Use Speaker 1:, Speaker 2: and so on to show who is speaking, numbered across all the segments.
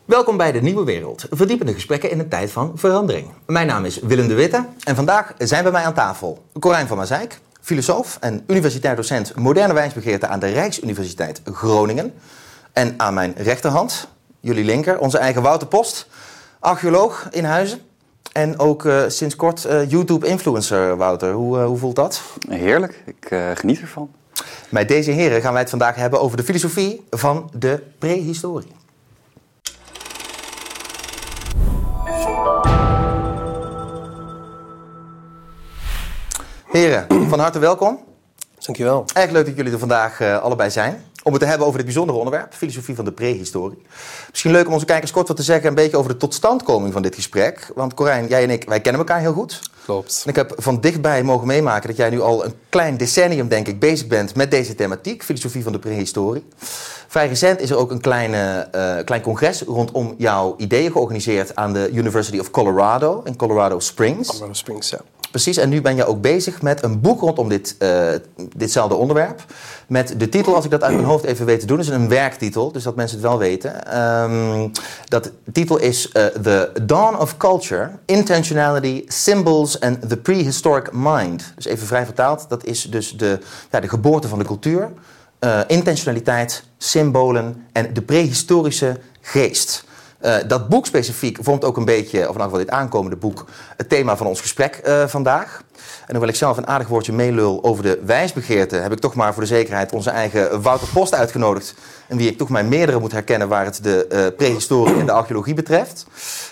Speaker 1: Welkom bij De Nieuwe Wereld, verdiepende gesprekken in een tijd van verandering. Mijn naam is Willem de Witte en vandaag zijn bij mij aan tafel Corijn van Maazeik, filosoof en universitair docent moderne wijsbegeerte aan de Rijksuniversiteit Groningen. En aan mijn rechterhand, jullie linker, onze eigen Wouter Post, archeoloog in Huizen. En ook sinds kort YouTube-influencer, Wouter. Hoe voelt dat?
Speaker 2: Heerlijk, ik geniet ervan.
Speaker 1: Met deze heren gaan wij het vandaag hebben over de filosofie van de prehistorie. Heren, van harte welkom.
Speaker 3: Dankjewel.
Speaker 1: Erg leuk dat jullie er vandaag allebei zijn. Om het te hebben over dit bijzondere onderwerp, filosofie van de prehistorie. Misschien leuk om onze kijkers kort wat te zeggen een beetje over de totstandkoming van dit gesprek. Want Corijn, jij en ik, wij kennen elkaar heel goed.
Speaker 3: Klopt.
Speaker 1: En ik heb van dichtbij mogen meemaken dat jij nu al een klein decennium, denk ik, bezig bent met deze thematiek, filosofie van de prehistorie. Vrij recent is er ook een klein congres rondom jouw ideeën georganiseerd aan de University of Colorado in Colorado Springs.
Speaker 3: Colorado Springs, ja.
Speaker 1: Precies, en nu ben je ook bezig met een boek rondom ditzelfde onderwerp. Met de titel, als ik dat uit mijn hoofd even weet te doen, is een werktitel, dus dat mensen het wel weten. De titel is The Dawn of Culture, Intentionality, Symbols and the Prehistoric Mind. Dus even vrij vertaald, dat is dus de geboorte van de cultuur, intentionaliteit, symbolen en de prehistorische geest. Dat boek specifiek vormt ook een beetje, of in elk geval dit aankomende boek, het thema van ons gesprek vandaag. En hoewel ik zelf een aardig woordje meelul over de wijsbegeerte, heb ik toch maar voor de zekerheid onze eigen Wouter Post uitgenodigd. En wie ik toch maar meerdere moet herkennen waar het de prehistorie en de archeologie betreft.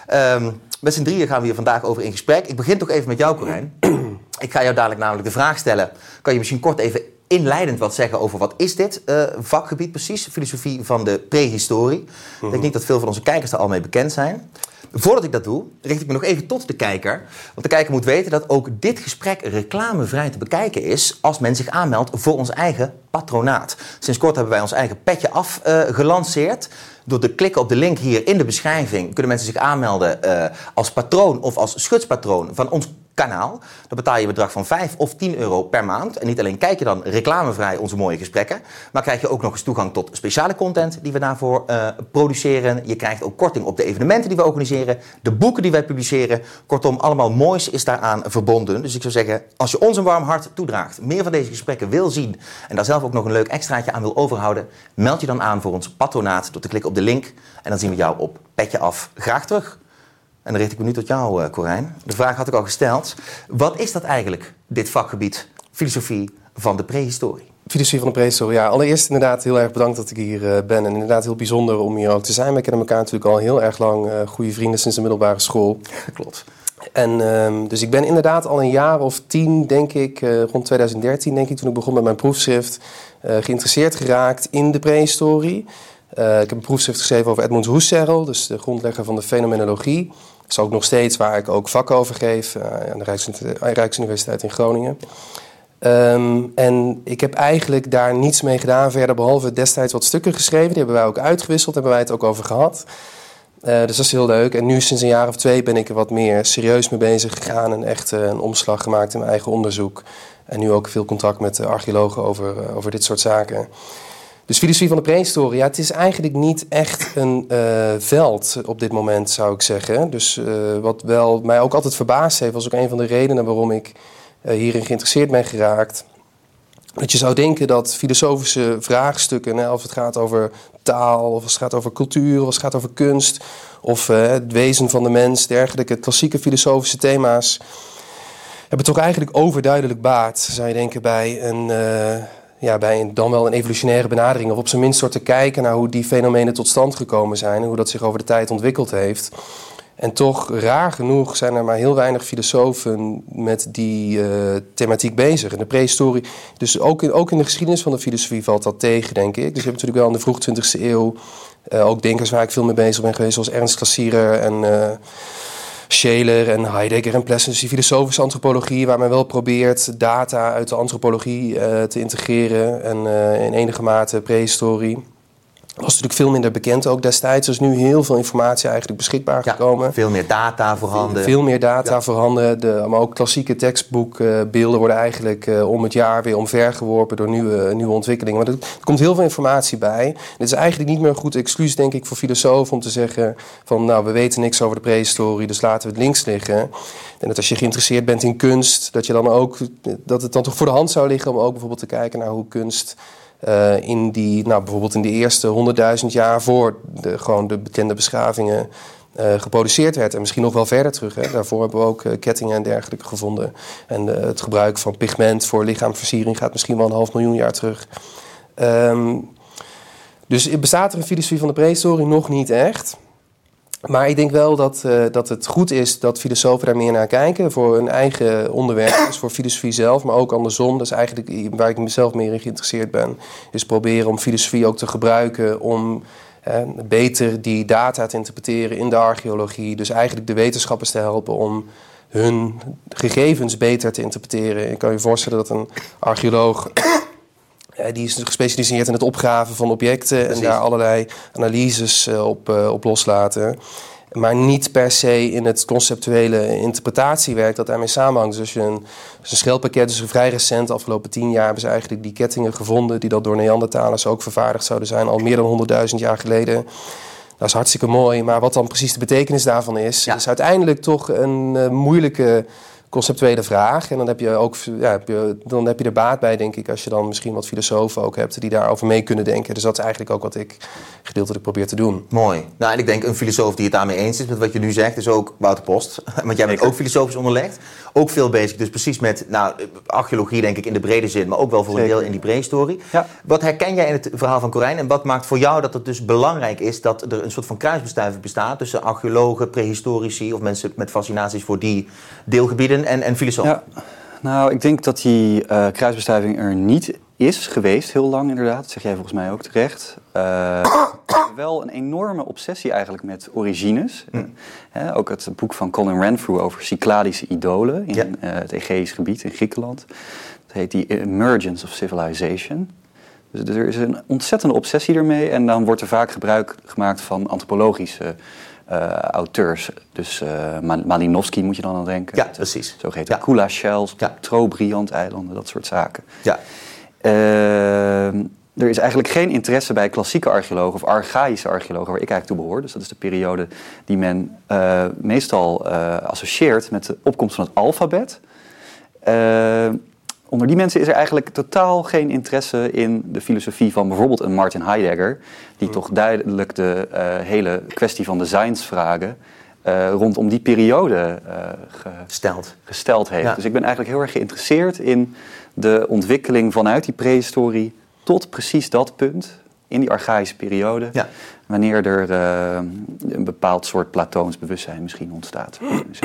Speaker 1: Met z'n drieën gaan we hier vandaag over in gesprek. Ik begin toch even met jou, Corijn. Ik ga jou dadelijk namelijk de vraag stellen. Kan je misschien kort even inleidend wat zeggen over wat is dit vakgebied precies? Filosofie van de prehistorie. Ik denk niet dat veel van onze kijkers er al mee bekend zijn. Voordat ik dat doe, richt ik me nog even tot de kijker. Want de kijker moet weten dat ook dit gesprek reclamevrij te bekijken is als men zich aanmeldt voor ons eigen patronaat. Sinds kort hebben wij ons eigen petje af gelanceerd. Door te klikken op de link hier in de beschrijving kunnen mensen zich aanmelden als patroon of als schutspatroon van ons kanaal. Dan betaal je een bedrag van 5 of 10 euro per maand. En niet alleen kijk je dan reclamevrij onze mooie gesprekken, maar krijg je ook nog eens toegang tot speciale content die we daarvoor produceren. Je krijgt ook korting op de evenementen die we organiseren, de boeken die wij publiceren. Kortom, allemaal moois is daaraan verbonden. Dus ik zou zeggen, als je ons een warm hart toedraagt, meer van deze gesprekken wil zien en daar zelf ook nog een leuk extraatje aan wil overhouden, meld je dan aan voor ons patronaat door te klikken op de link. En dan zien we jou op Petje Af graag terug. En dan richt ik me nu tot jou, Corijn. De vraag had ik al gesteld. Wat is dat eigenlijk, dit vakgebied, filosofie van de prehistorie?
Speaker 3: Filosofie van de prehistorie, ja. Allereerst inderdaad heel erg bedankt dat ik hier ben. En inderdaad heel bijzonder om hier ook te zijn. We kennen elkaar natuurlijk al heel erg lang. Goede vrienden sinds de middelbare school.
Speaker 1: Klopt.
Speaker 3: En dus ik ben inderdaad al een jaar of 10, denk ik, rond 2013, denk ik, toen ik begon met mijn proefschrift, geïnteresseerd geraakt in de prehistorie. Ik heb een proefschrift geschreven over Edmund Husserl, dus de grondlegger van de fenomenologie. Dat is ook nog steeds waar ik ook vakken over geef aan de Rijksuniversiteit in Groningen. En ik heb eigenlijk daar niets mee gedaan verder, behalve destijds wat stukken geschreven. Die hebben wij ook uitgewisseld, hebben wij het ook over gehad. Dus dat is heel leuk. En nu sinds een jaar of 2 ben ik er wat meer serieus mee bezig gegaan en echt een omslag gemaakt in mijn eigen onderzoek. En nu ook veel contact met archeologen over dit soort zaken. Dus filosofie van de prehistorie, ja, het is eigenlijk niet echt een veld op dit moment, zou ik zeggen. Dus wat wel mij ook altijd verbaasd heeft, was ook een van de redenen waarom ik hierin geïnteresseerd ben geraakt. Dat je zou denken dat filosofische vraagstukken, als het gaat over taal, of als het gaat over cultuur, of als het gaat over kunst, of het wezen van de mens, dergelijke klassieke filosofische thema's, hebben toch eigenlijk overduidelijk baat, zou je denken, bij dan wel een evolutionaire benadering. Of op zijn minst door te kijken naar hoe die fenomenen tot stand gekomen zijn en hoe dat zich over de tijd ontwikkeld heeft. En toch, raar genoeg, zijn er maar heel weinig filosofen met die thematiek bezig. In de prehistorie, dus ook in de geschiedenis van de filosofie valt dat tegen, denk ik. Dus je hebt natuurlijk wel in de vroeg 20e eeuw ook denkers waar ik veel mee bezig ben geweest, zoals Ernst Cassirer en Scheler en Heidegger en Plessens, die filosofische antropologie, waar men wel probeert data uit de antropologie te integreren en in enige mate prehistorie. was natuurlijk veel minder bekend ook destijds. Er is nu heel veel informatie eigenlijk beschikbaar gekomen.
Speaker 1: Veel meer data voorhanden.
Speaker 3: Veel meer data voorhanden. Maar ook klassieke tekstboekbeelden worden eigenlijk om het jaar weer omvergeworpen door nieuwe ontwikkelingen. Maar er komt heel veel informatie bij. Dit is eigenlijk niet meer een goed excuus, denk ik, voor filosofen om te zeggen van, nou, we weten niks over de prehistorie, dus laten we het links liggen. En dat als je geïnteresseerd bent in kunst, dat het dan toch voor de hand zou liggen om ook bijvoorbeeld te kijken naar hoe kunst bijvoorbeeld in de eerste 100.000 jaar voor de bekende beschavingen geproduceerd werd. En misschien nog wel verder terug. Hè. Daarvoor hebben we ook kettingen en dergelijke gevonden. En het gebruik van pigment voor lichaamsversiering gaat misschien wel 500.000 jaar terug. Dus bestaat er een filosofie van de prehistorie? Nog niet echt. Maar ik denk wel dat het goed is dat filosofen daar meer naar kijken. Voor hun eigen onderwerp, dus voor filosofie zelf, maar ook andersom. Dat is eigenlijk waar ik mezelf meer in geïnteresseerd ben. Is proberen om filosofie ook te gebruiken om beter die data te interpreteren in de archeologie. Dus eigenlijk de wetenschappers te helpen om hun gegevens beter te interpreteren. Ik kan je voorstellen dat een archeoloog, die is gespecialiseerd in het opgraven van objecten. Precies. En daar allerlei analyses op loslaten. Maar niet per se in het conceptuele interpretatiewerk dat daarmee samenhangt. Dus als je een schelppakket, dus vrij recent, de afgelopen 10 jaar, hebben ze eigenlijk die kettingen gevonden die dat door Neandertalers ook vervaardigd zouden zijn, al meer dan 100.000 jaar geleden. Dat is hartstikke mooi, maar wat dan precies de betekenis daarvan is uiteindelijk toch een moeilijke conceptuele vraag. En dan heb je er baat bij, denk ik, als je dan misschien wat filosofen ook hebt die daarover mee kunnen denken. Dus dat is eigenlijk ook wat ik gedeeltelijk probeer te doen.
Speaker 1: Mooi. Nou, en ik denk een filosoof die het daarmee eens is met wat je nu zegt, is ook Wouter Post. Want jij bent ook filosofisch onderlegd. Ook veel bezig dus precies met archeologie, denk ik, in de brede zin, maar ook wel voor een deel in die prehistorie. Ja. Wat herken jij in het verhaal van Corijn en wat maakt voor jou dat het dus belangrijk is dat er een soort van kruisbestuiving bestaat tussen archeologen, prehistorici of mensen met fascinaties voor die deelgebieden en filosofen?
Speaker 2: Ja. Nou, ik denk dat die kruisbestuiving er niet is geweest, heel lang inderdaad. Dat zeg jij volgens mij ook terecht. Wel een enorme obsessie eigenlijk met origines. Ook het boek van Colin Renfrew over Cycladische idolen in het Egeïsch gebied in Griekenland. Dat heet die Emergence of Civilization. Dus er is een ontzettende obsessie ermee. En dan wordt er vaak gebruik gemaakt van antropologische auteurs. Dus Malinowski moet je dan aan denken.
Speaker 1: Ja, precies.
Speaker 2: Zo heet het. Kula Shells, Trobriand-eilanden, dat soort zaken.
Speaker 1: Ja.
Speaker 2: Er is eigenlijk geen interesse bij klassieke archeologen of archaïsche archeologen, waar ik eigenlijk toe behoor. Dus dat is de periode die men meestal associeert met de opkomst van het alfabet. Onder die mensen is er eigenlijk totaal geen interesse in de filosofie van bijvoorbeeld een Martin Heidegger, die toch duidelijk de hele kwestie van de zijnsvragen rondom die periode gesteld heeft. Ja. Dus ik ben eigenlijk heel erg geïnteresseerd in de ontwikkeling vanuit die prehistorie tot precies dat punt, in die archaïsche periode, wanneer er een bepaald soort Platoons bewustzijn misschien ontstaat.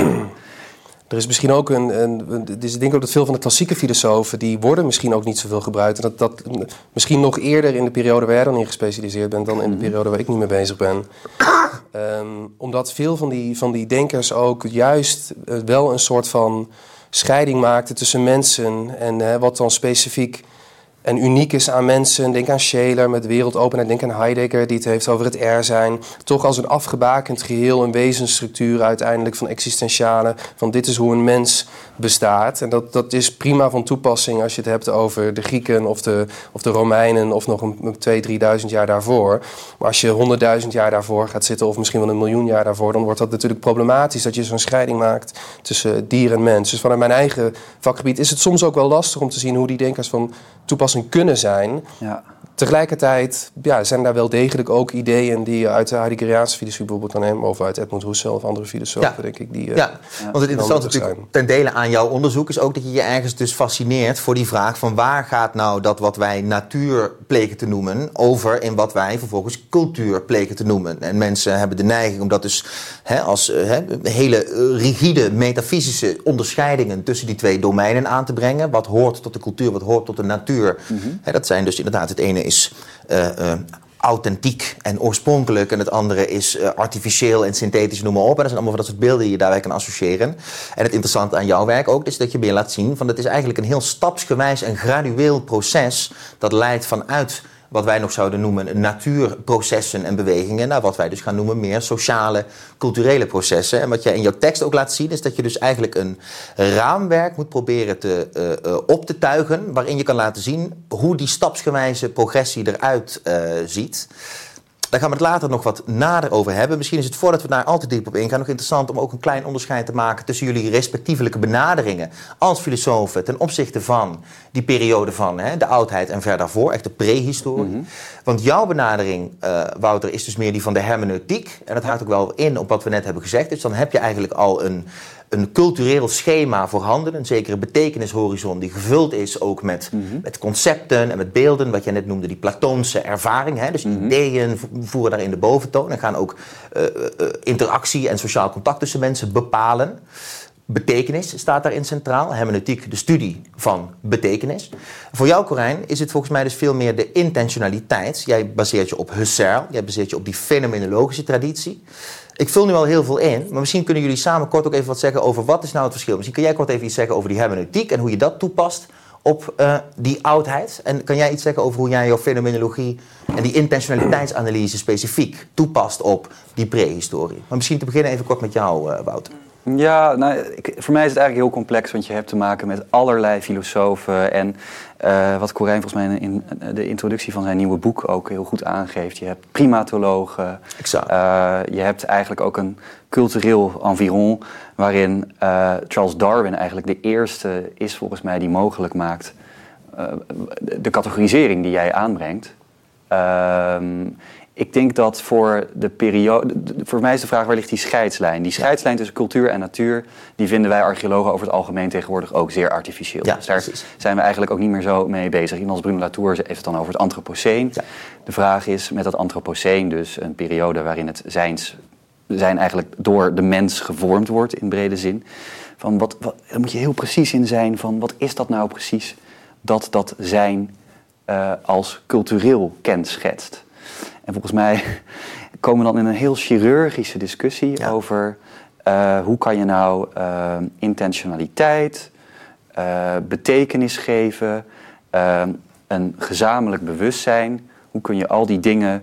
Speaker 3: Er is misschien ook dus ik denk ook dat veel van de klassieke filosofen, die worden misschien ook niet zoveel gebruikt. En dat misschien nog eerder in de periode waar jij dan in gespecialiseerd bent dan in de periode waar ik nu mee bezig ben. Omdat veel van die denkers ook juist wel een soort van scheiding maakten tussen mensen en wat dan specifiek en uniek is aan mensen. Denk aan Scheler met wereldopenheid. Denk aan Heidegger die het heeft over het er-zijn. Toch als een afgebakend geheel, een wezensstructuur uiteindelijk van existentiale. Van dit is hoe een mens bestaat. En dat is prima van toepassing als je het hebt over de Grieken of de Romeinen of nog 2.000-3.000 jaar daarvoor. Maar als je 100.000 jaar daarvoor gaat zitten of misschien wel 1 miljoen jaar daarvoor, dan wordt dat natuurlijk problematisch dat je zo'n scheiding maakt tussen dier en mens. Dus vanuit mijn eigen vakgebied is het soms ook wel lastig om te zien hoe die denkers van toepassing kunnen zijn. Ja. Tegelijkertijd zijn daar wel degelijk ook ideeën die je uit de Heideggeriaanse filosofie bijvoorbeeld kan nemen, of uit Edmund Husserl of andere filosofen, denk ik. Want
Speaker 1: het interessante natuurlijk ten dele aan jouw onderzoek is ook dat je je ergens dus fascineert voor die vraag van waar gaat nou dat wat wij natuur plegen te noemen over in wat wij vervolgens cultuur plegen te noemen. En mensen hebben de neiging om dat dus als hele rigide metafysische onderscheidingen tussen die twee domeinen aan te brengen. Wat hoort tot de cultuur, wat hoort tot de natuur. Mm-hmm. Dat zijn dus inderdaad, het ene is authentiek en oorspronkelijk en het andere is artificieel en synthetisch, noem maar op. En dat zijn allemaal van dat soort beelden die je daarbij kan associëren. En het interessante aan jouw werk ook is dat je meer laat zien van het is eigenlijk een heel stapsgewijs en gradueel proces dat leidt vanuit wat wij nog zouden noemen natuurprocessen en bewegingen, naar wat wij dus gaan noemen meer sociale, culturele processen. En wat jij in jouw tekst ook laat zien, is dat je dus eigenlijk een raamwerk moet proberen op te tuigen, waarin je kan laten zien hoe die stapsgewijze progressie eruit ziet. Daar gaan we het later nog wat nader over hebben. Misschien is het, voordat we daar al te diep op ingaan, nog interessant om ook een klein onderscheid te maken tussen jullie respectievelijke benaderingen als filosofen ten opzichte van die periode van de oudheid en ver daarvoor, echt de prehistorie. Mm-hmm. Want jouw benadering, Wouter, is dus meer die van de hermeneutiek. En dat haakt ook wel in op wat we net hebben gezegd. Dus dan heb je eigenlijk al een cultureel schema voorhanden, een zekere betekenishorizon die gevuld is ook met concepten en met beelden, wat jij net noemde, die Platoonse ervaring. Dus ideeën voeren daarin de boventoon en gaan ook interactie en sociaal contact tussen mensen bepalen. Betekenis staat daarin centraal. Hermeneutiek, de studie van betekenis. Voor jou, Corijn, is het volgens mij dus veel meer de intentionaliteit. Jij baseert je op Husserl, jij baseert je op die fenomenologische traditie. Ik vul nu al heel veel in, maar misschien kunnen jullie samen kort ook even wat zeggen over wat is nou het verschil. Misschien kun jij kort even iets zeggen over die hermeneutiek en hoe je dat toepast op die oudheid. En kan jij iets zeggen over hoe jij jouw fenomenologie en die intentionaliteitsanalyse specifiek toepast op die prehistorie? Maar misschien te beginnen even kort met jou, Wouter.
Speaker 2: Ja, voor mij is het eigenlijk heel complex, want je hebt te maken met allerlei filosofen. En wat Corijn volgens mij in de introductie van zijn nieuwe boek ook heel goed aangeeft. Je hebt primatologen. Je hebt eigenlijk ook een cultureel environ waarin Charles Darwin eigenlijk de eerste is volgens mij die mogelijk maakt de categorisering die jij aanbrengt. Ik denk dat voor de periode... Voor mij is de vraag, waar ligt die scheidslijn? Die scheidslijn tussen cultuur en natuur, die vinden wij archeologen over het algemeen tegenwoordig ook zeer artificieel. Ja, dus daar zijn we eigenlijk ook niet meer zo mee bezig. Iemand als Bruno Latour heeft het dan over het Anthropoceen. Ja. De vraag is, met dat Anthropoceen dus een periode waarin het zijn eigenlijk door de mens gevormd wordt in brede zin. Van daar moet je heel precies in zijn van wat is dat nou precies dat zijn als cultureel kenschetst. En volgens mij komen we dan in een heel chirurgische discussie over hoe kan je nou intentionaliteit, betekenis geven, een gezamenlijk bewustzijn. Hoe kun je al die dingen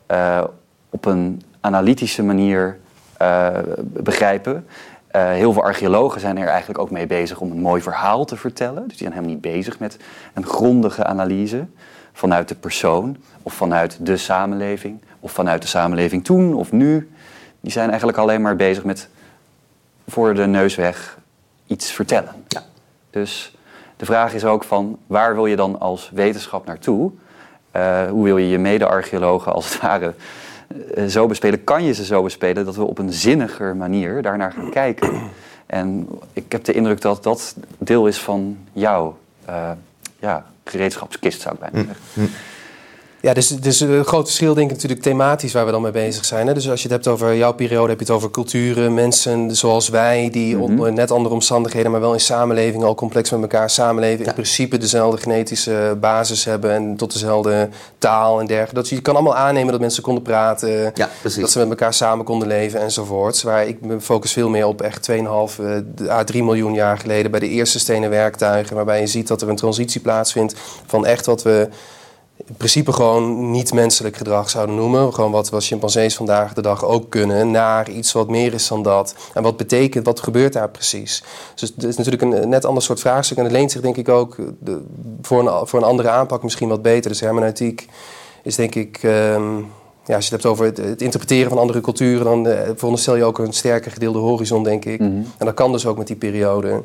Speaker 2: op een analytische manier begrijpen. Heel veel archeologen zijn er eigenlijk ook mee bezig om een mooi verhaal te vertellen. Dus die zijn helemaal niet bezig met een grondige analyse vanuit de persoon of vanuit de samenleving of vanuit de samenleving toen of nu. Die zijn eigenlijk alleen maar bezig met voor de neus weg iets vertellen. Ja. Dus de vraag is ook van waar wil je dan als wetenschap naartoe? Hoe wil je je mede-archeologen als het ware zo bespelen? Kan je ze zo bespelen dat we op een zinniger manier daarnaar gaan kijken? En ik heb de indruk dat dat deel is van jouw gereedschapskist, zou ik bijna zeggen.
Speaker 3: Ja, dus een groot verschil denk ik natuurlijk thematisch waar we dan mee bezig zijn. Hè? Dus als je het hebt over jouw periode, heb je het over culturen, mensen zoals wij, die onder net andere omstandigheden, maar wel in samenleving al complex met elkaar samenleven. In principe dezelfde genetische basis hebben en tot dezelfde taal en dergelijke. Dat je kan allemaal aannemen dat mensen konden praten, dat ze met elkaar samen konden leven enzovoorts. Waar ik me focus veel meer op echt 2,5 à 3 miljoen jaar geleden bij de eerste stenen werktuigen. Waarbij je ziet dat er een transitie plaatsvindt van echt wat we in principe gewoon niet menselijk gedrag zouden noemen. Gewoon wat chimpansees vandaag de dag ook kunnen. Naar iets wat meer is dan dat. En wat betekent, wat gebeurt daar precies? Dus het is natuurlijk een net ander soort vraagstuk. En het leent zich denk ik ook voor een andere aanpak misschien wat beter. Dus hermeneutiek is denk ik als je het hebt over het interpreteren van andere culturen, dan veronderstel je ook een sterker gedeelde horizon, denk ik. En dat kan dus ook met die periode.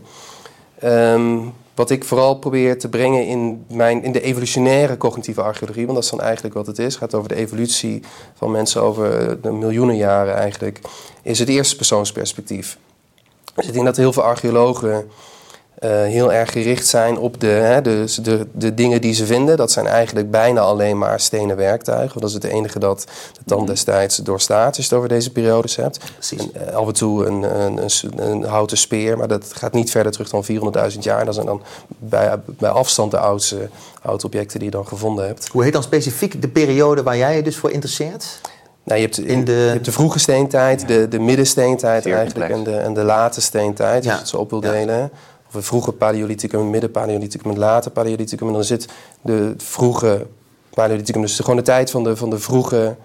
Speaker 3: Wat ik vooral probeer te brengen in de evolutionaire cognitieve archeologie, want dat is dan eigenlijk wat het is, het gaat over de evolutie van mensen over de miljoenen jaren eigenlijk, is het eerste persoonsperspectief. Dus ik denk dat heel veel archeologen heel erg gericht zijn op de dingen die ze vinden. Dat zijn eigenlijk bijna alleen maar stenen werktuigen. Dat is het enige dat de tand destijds doorstaat, als je het over deze periodes hebt. En af en toe een houten speer, maar dat gaat niet verder terug dan 400.000 jaar. Dat zijn dan bij afstand de oudste objecten die je dan gevonden hebt.
Speaker 1: Hoe heet dan specifiek de periode waar jij je dus voor interesseert?
Speaker 3: Nou, je hebt de vroege steentijd, de middensteentijd eigenlijk en de late steentijd, als je het zo op wil delen. Of het vroege Paleolithicum, midden Paleolithicum en late Paleolithicum. En dan zit de vroege Paleolithicum, dus gewoon de tijd van de vroege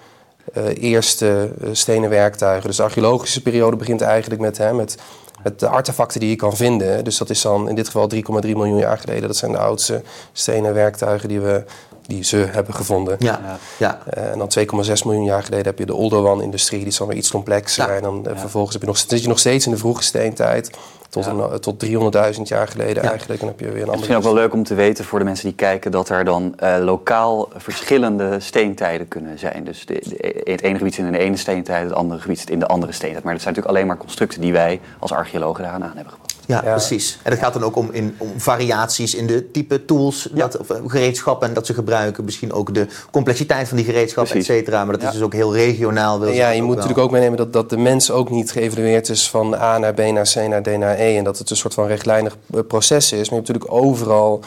Speaker 3: eerste stenen werktuigen. Dus de archeologische periode begint eigenlijk met de artefacten die je kan vinden. Dus dat is dan in dit geval 3,3 miljoen jaar geleden. Dat zijn de oudste stenen werktuigen die ze hebben gevonden.
Speaker 1: Ja.
Speaker 3: En dan 2,6 miljoen jaar geleden heb je de Oldowan-industrie. Die is dan weer iets complexer. Ja. En dan vervolgens zit je nog steeds in de vroege steentijd. Tot 300.000 jaar geleden eigenlijk. En heb je weer een andere.
Speaker 2: Misschien ook wel leuk om te weten voor de mensen die kijken dat er dan lokaal verschillende steentijden kunnen zijn. Dus het ene gebied zit in de ene steentijd, het andere gebied zit in de andere steentijd. Maar dat zijn natuurlijk alleen maar constructen die wij als archeologen daaraan hebben gebracht.
Speaker 1: Ja, precies. En het gaat dan ook om variaties in de type tools, of gereedschappen dat ze gebruiken. Misschien ook de complexiteit van die gereedschappen, et cetera. Maar dat is dus ook heel regionaal.
Speaker 3: Je moet natuurlijk ook meenemen dat de mens ook niet geëvalueerd is van A naar B naar C naar D naar E. En dat het een soort van rechtlijnig proces is. Maar je hebt natuurlijk overal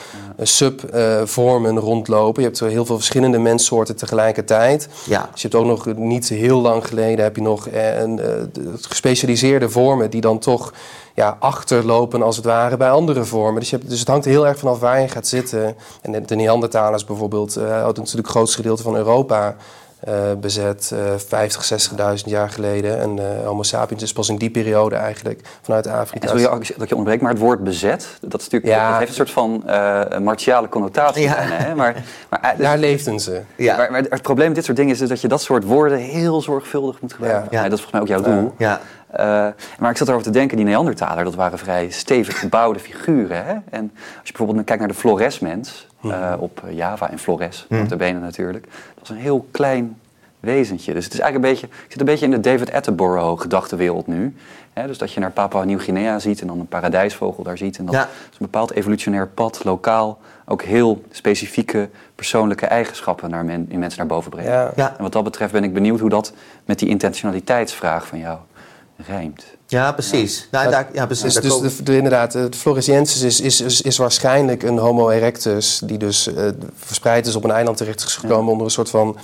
Speaker 3: subvormen rondlopen. Je hebt heel veel verschillende menssoorten tegelijkertijd. Ja. Dus je hebt ook nog niet heel lang geleden heb je nog gespecialiseerde vormen die dan toch achterlopen als het ware bij andere vormen. Dus het hangt er heel erg vanaf waar je gaat zitten. En de Neandertalers bijvoorbeeld hadden natuurlijk het grootste gedeelte van Europa bezet, 50, 60.000 jaar geleden. En Homo sapiens is pas in die periode eigenlijk vanuit Afrika.
Speaker 2: En sorry dat je ontbreekt, maar het woord bezet, dat is natuurlijk, dat heeft een soort van martiale connotatie. Ja. Bijna, hè? Maar
Speaker 3: daar leefden ze.
Speaker 2: Ja. Maar het probleem met dit soort dingen is dus dat je dat soort woorden heel zorgvuldig moet gebruiken. Ja. Dat is volgens mij ook jouw doel. Ja. Maar ik zat erover te denken, die Neandertaler, dat waren vrij stevig gebouwde figuren. Hè? En als je bijvoorbeeld kijkt naar de Flores-mens op Java en Flores, op de benen natuurlijk. Dat was een heel klein wezentje. Dus het is eigenlijk ik zit een beetje in de David Attenborough gedachtenwereld nu. Hè? Dus dat je naar Papua Nieuw-Guinea ziet en dan een paradijsvogel daar ziet. En dat is een bepaald evolutionair pad, lokaal, ook heel specifieke persoonlijke eigenschappen in mensen naar boven brengen. Ja. En wat dat betreft ben ik benieuwd hoe dat met die intentionaliteitsvraag van jou rijmt.
Speaker 1: Ja, precies. Precies.
Speaker 3: Dus inderdaad, de Floresiensis is waarschijnlijk een Homo erectus die dus verspreid is op een eiland terecht is gekomen onder een soort van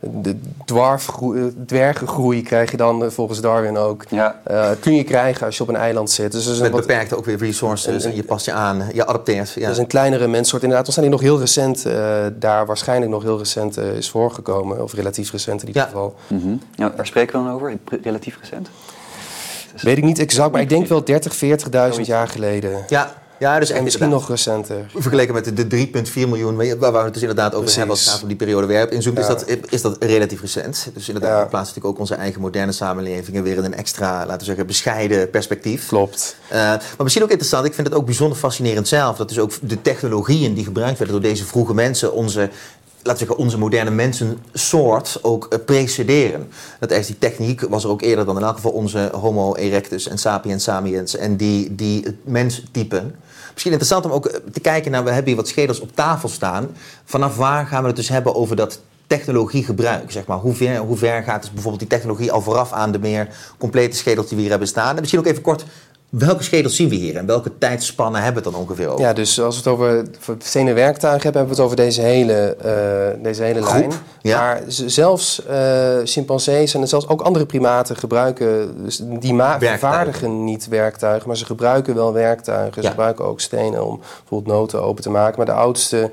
Speaker 3: dwergengroei krijg je dan volgens Darwin ook. Ja. Kun je krijgen als je op een eiland zit. Dus
Speaker 1: met beperkte ook weer resources en je past je aan, je adapteert. Ja.
Speaker 3: Dus een kleinere menssoort inderdaad. Dan zijn die nog heel recent, daar waarschijnlijk nog heel recent is voorgekomen. Of relatief recent in ieder geval.
Speaker 2: Mm-hmm. Ja, waar spreken we dan over? Relatief recent?
Speaker 3: Weet ik niet exact, maar ik denk wel 40.000 jaar geleden.
Speaker 1: Ja, dus
Speaker 3: en misschien nog recenter.
Speaker 1: Vergeleken met de 3,4 miljoen, waar we het dus inderdaad over hebben als het gaat om die periode waar je op inzoomt, is dat relatief recent. Dus inderdaad, we plaatsen natuurlijk ook onze eigen moderne samenlevingen weer in een extra, laten we zeggen, bescheiden perspectief.
Speaker 3: Klopt.
Speaker 1: Maar misschien ook interessant, ik vind het ook bijzonder fascinerend zelf, dat dus ook de technologieën die gebruikt werden door deze vroege mensen, onze moderne mensensoort ook precederen. Dat is die techniek was er ook eerder dan in elk geval onze Homo erectus en Sapiens sapiens en die menstypen. Misschien interessant om ook te kijken naar, we hebben hier wat schedels op tafel staan. Vanaf waar gaan we het dus hebben over dat technologiegebruik, zeg maar. Hoe ver gaat dus bijvoorbeeld die technologie al vooraf aan de meer complete schedels die we hier hebben staan? En misschien ook even kort, welke schedels zien we hier en welke tijdspannen hebben we het dan ongeveer over?
Speaker 3: Ja, dus als we het over stenen werktuigen hebben we het over deze hele lijn. Ja. Maar zelfs chimpansees en zelfs ook andere primaten gebruiken, dus die vervaardigen niet werktuigen, maar ze gebruiken wel werktuigen. Ze gebruiken ook stenen om bijvoorbeeld noten open te maken. Maar de oudste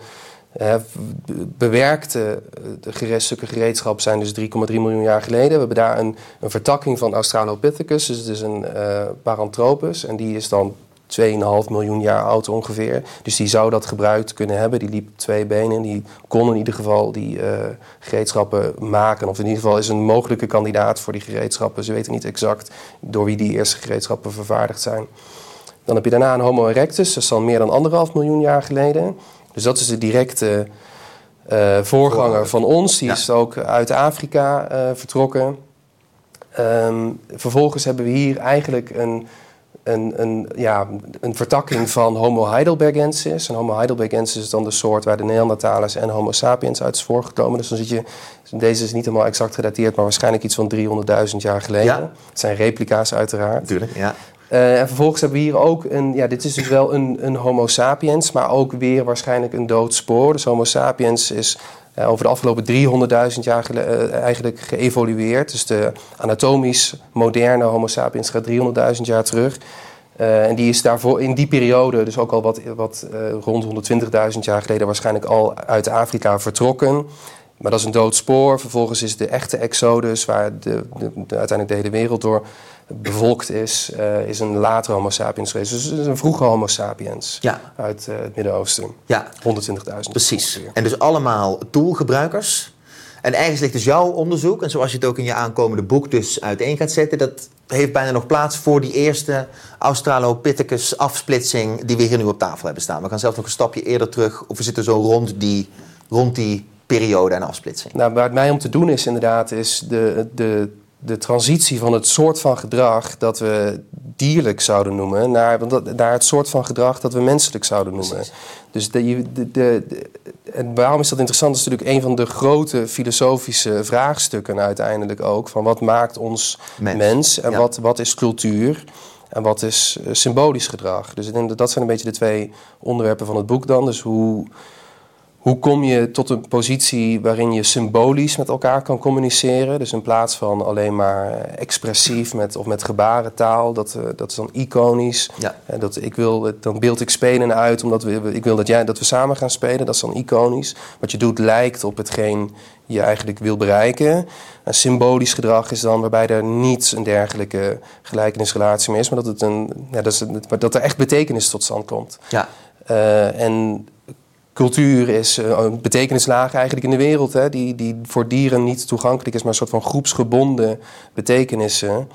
Speaker 3: bewerkte stukken gereedschap zijn dus 3,3 miljoen jaar geleden. We hebben daar een vertakking van Australopithecus, dus het is een Paranthropus. En die is dan 2,5 miljoen jaar oud ongeveer. Dus die zou dat gebruikt kunnen hebben. Die liep op 2 benen. Die kon in ieder geval die gereedschappen maken. Of in ieder geval is een mogelijke kandidaat voor die gereedschappen. Ze weten niet exact door wie die eerste gereedschappen vervaardigd zijn. Dan heb je daarna een Homo erectus. Dat is dan meer dan 1,5 miljoen jaar geleden. Dus dat is de directe voorganger van ons. Die is ook uit Afrika vertrokken. Vervolgens hebben we hier eigenlijk een vertakking van Homo heidelbergensis. En Homo heidelbergensis is dan de soort waar de Neandertalers en Homo sapiens uit is voorgekomen. Dus dan zit je, deze is niet helemaal exact gedateerd, maar waarschijnlijk iets van 300.000 jaar geleden. Ja. Het zijn replica's uiteraard.
Speaker 1: Natuurlijk, ja.
Speaker 3: En vervolgens hebben we hier ook dit is dus wel een Homo sapiens, maar ook weer waarschijnlijk een doodspoor. Dus Homo sapiens is over de afgelopen 300.000 jaar eigenlijk geëvolueerd. Dus de anatomisch moderne Homo sapiens gaat 300.000 jaar terug. En die is daarvoor in die periode, dus ook al wat rond 120.000 jaar geleden waarschijnlijk al uit Afrika vertrokken. Maar dat is een dood spoor. Vervolgens is de echte exodus, waar uiteindelijk de hele wereld door bevolkt is een latere homo sapiens geweest. Dus het is een vroege homo sapiens uit het Midden-Oosten.
Speaker 1: Ja.
Speaker 3: 120.000.
Speaker 1: Precies. En dus allemaal toolgebruikers. En eigenlijk ligt dus jouw onderzoek, en zoals je het ook in je aankomende boek dus uiteen gaat zetten, dat heeft bijna nog plaats voor die eerste Australopithecus afsplitsing die we hier nu op tafel hebben staan. We gaan zelfs nog een stapje eerder terug, of we zitten zo rond die periode en afsplitsing.
Speaker 3: Nou, waar het mij om te doen is inderdaad, is de transitie van het soort van gedrag dat we dierlijk zouden noemen naar het soort van gedrag dat we menselijk zouden noemen. Precies. Dus en waarom is dat interessant? Dat is natuurlijk een van de grote filosofische vraagstukken uiteindelijk ook. Van wat maakt ons mens en wat is cultuur en wat is symbolisch gedrag. Dus ik denk dat zijn een beetje de twee onderwerpen van het boek dan. Dus hoe kom je tot een positie waarin je symbolisch met elkaar kan communiceren? Dus in plaats van alleen maar expressief met gebarentaal, dat is dan iconisch. Ja. Dan beeld ik spelen uit, omdat ik wil dat we samen gaan spelen. Dat is dan iconisch. Wat je doet lijkt op hetgeen je eigenlijk wil bereiken. En symbolisch gedrag is dan waarbij er niet een dergelijke gelijkenisrelatie meer is, maar dat er echt betekenis tot stand komt. Ja. En cultuur is een betekenislaag eigenlijk in de wereld, hè, die voor dieren niet toegankelijk is, maar een soort van groepsgebonden betekenissen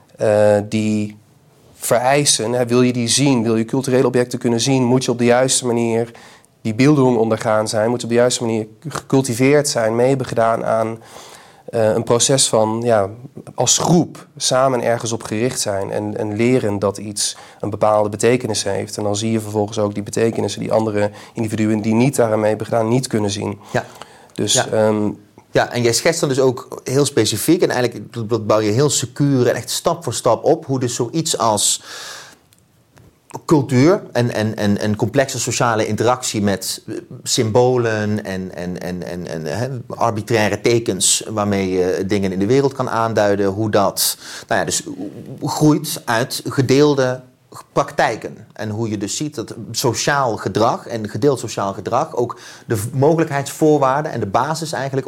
Speaker 3: die vereisen. Hè, wil je die zien, wil je culturele objecten kunnen zien, moet je op de juiste manier die beelding ondergaan zijn, moet je op de juiste manier gecultiveerd zijn, mee hebben gedaan aan een proces van als groep samen ergens op gericht zijn en leren dat iets een bepaalde betekenis heeft. En dan zie je vervolgens ook die betekenissen die andere individuen die niet daaraan mee hebben gedaan niet kunnen zien. Ja. Dus,
Speaker 1: en jij schetst dan dus ook heel specifiek en eigenlijk dat bouw je heel secuur en echt stap voor stap op hoe dus zoiets als cultuur en complexe sociale interactie met symbolen en arbitraire tekens waarmee je dingen in de wereld kan aanduiden, hoe dat dus groeit uit gedeelde praktijken. En hoe je dus ziet dat sociaal gedrag en gedeeld sociaal gedrag ook de mogelijkheidsvoorwaarden en de basis eigenlijk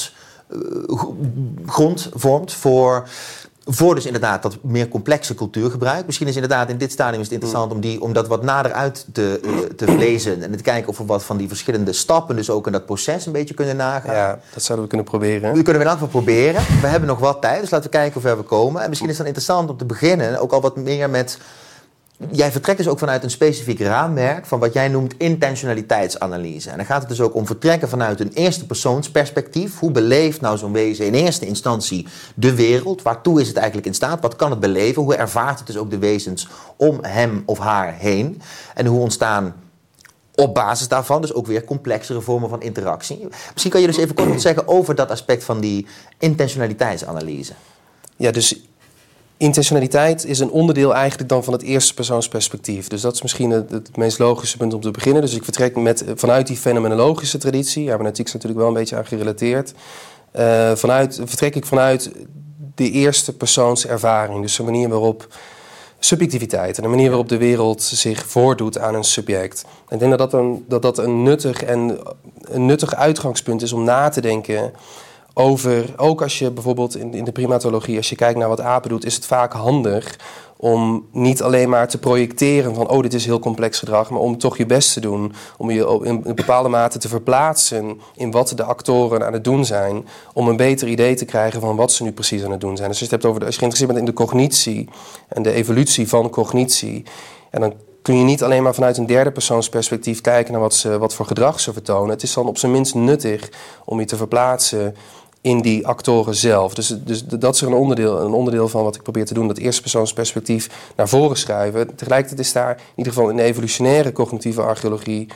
Speaker 1: ontstaansgrond vormt voor dus inderdaad dat meer complexe cultuurgebruik. Misschien is inderdaad in dit stadium is het interessant om dat wat nader uit te vlezen en te kijken of we wat van die verschillende stappen dus ook in dat proces een beetje kunnen nagaan.
Speaker 3: Ja, dat zouden we kunnen proberen.
Speaker 1: Dat kunnen we in elk geval proberen. We hebben nog wat tijd, dus laten we kijken hoe ver we komen. En misschien is het dan interessant om te beginnen ook al wat meer met. Jij vertrekt dus ook vanuit een specifiek raamwerk van wat jij noemt intentionaliteitsanalyse. En dan gaat het dus ook om vertrekken vanuit een eerste persoonsperspectief. Hoe beleeft nou zo'n wezen in eerste instantie de wereld? Waartoe is het eigenlijk in staat? Wat kan het beleven? Hoe ervaart het dus ook de wezens om hem of haar heen? En hoe ontstaan op basis daarvan dus ook weer complexere vormen van interactie? Misschien kan je dus even kort wat zeggen over dat aspect van die intentionaliteitsanalyse.
Speaker 3: Ja, dus intentionaliteit is een onderdeel eigenlijk dan van het eerste persoonsperspectief. Dus dat is misschien het meest logische punt om te beginnen. Dus ik vertrek vanuit die fenomenologische traditie. Hermeneutiek is natuurlijk wel een beetje aan gerelateerd. Vertrek ik vanuit de eerste persoonservaring. Dus de manier waarop subjectiviteit en de manier waarop de wereld zich voordoet aan een subject. Ik denk dat een nuttig uitgangspunt is om na te denken over, ook als je bijvoorbeeld in de primatologie, als je kijkt naar wat apen doet, is het vaak handig om niet alleen maar te projecteren van dit is heel complex gedrag, maar om toch je best te doen, om je in een bepaalde mate te verplaatsen in wat de actoren aan het doen zijn, om een beter idee te krijgen van wat ze nu precies aan het doen zijn. Dus als je geïnteresseerd bent in de cognitie en de evolutie van cognitie, en dan kun je niet alleen maar vanuit een derde persoonsperspectief kijken naar wat voor gedrag ze vertonen. Het is dan op zijn minst nuttig om je te verplaatsen in die actoren zelf. Dus dat is een onderdeel van wat ik probeer te doen. Dat eerste persoonsperspectief naar voren schuiven. Tegelijkertijd is daar, in ieder geval in de evolutionaire cognitieve archeologie,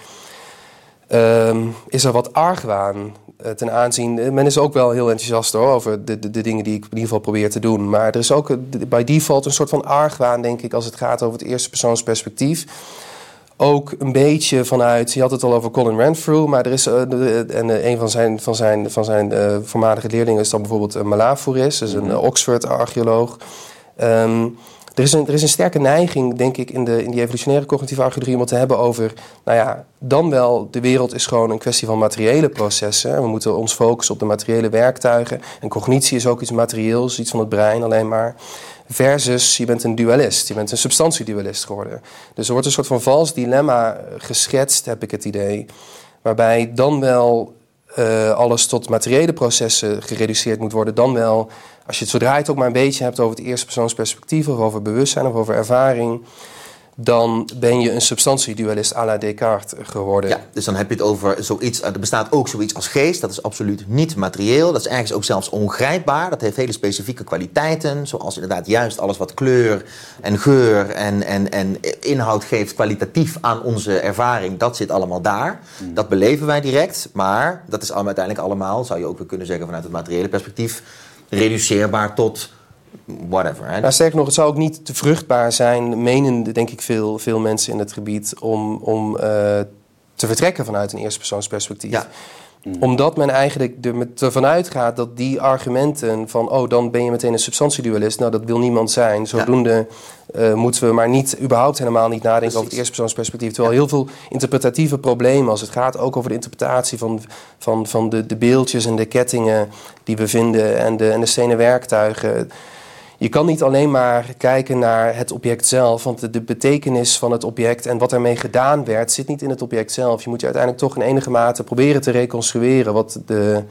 Speaker 3: is er wat argwaan ten aanzien. Men is ook wel heel enthousiast over de dingen die ik in ieder geval probeer te doen. Maar er is ook bij default een soort van argwaan, denk ik, als het gaat over het eerste persoonsperspectief. Ook een beetje vanuit, je had het al over Colin Renfrew, maar er is een van zijn voormalige leerlingen is dan bijvoorbeeld Malafouris, dus een Oxford-archeoloog. Er is een sterke neiging, denk ik, in die evolutionaire cognitieve archeologie om het te hebben over, dan wel, de wereld is gewoon een kwestie van materiële processen. En we moeten ons focussen op de materiële werktuigen. En cognitie is ook iets materieels, iets van het brein alleen maar. Versus, je bent een dualist, je bent een substantiedualist geworden. Dus er wordt een soort van vals dilemma geschetst, heb ik het idee. Waarbij dan wel alles tot materiële processen gereduceerd moet worden. Dan wel, zodra je het ook maar een beetje hebt over het eerste persoonsperspectief, of over bewustzijn of over ervaring, dan ben je een substantiedualist à la Descartes geworden.
Speaker 1: Ja, dus dan heb je het over zoiets. Er bestaat ook zoiets als geest. Dat is absoluut niet materieel. Dat is ergens ook zelfs ongrijpbaar. Dat heeft hele specifieke kwaliteiten. Zoals inderdaad juist alles wat kleur en geur en inhoud geeft kwalitatief aan onze ervaring. Dat zit allemaal daar. Dat beleven wij direct. Maar dat is uiteindelijk allemaal, zou je ook weer kunnen zeggen vanuit het materiële perspectief, reduceerbaar tot whatever. Hè?
Speaker 3: Sterker nog, het zou ook niet te vruchtbaar zijn, menen denk ik veel mensen in het gebied, om te vertrekken vanuit een eerstepersoonsperspectief. Ja. Omdat men eigenlijk ervan uitgaat dat die argumenten van, dan ben je meteen een substantiedualist, dat wil niemand zijn. Zodoende moeten we maar überhaupt helemaal niet nadenken over het eerstepersoonsperspectief. Terwijl heel veel interpretatieve problemen, als het gaat ook over de interpretatie van de beeldjes en de kettingen die we vinden en de stenen werktuigen. Je kan niet alleen maar kijken naar het object zelf, want de betekenis van het object en wat ermee gedaan werd, zit niet in het object zelf. Je moet je uiteindelijk toch in enige mate proberen te reconstrueren wat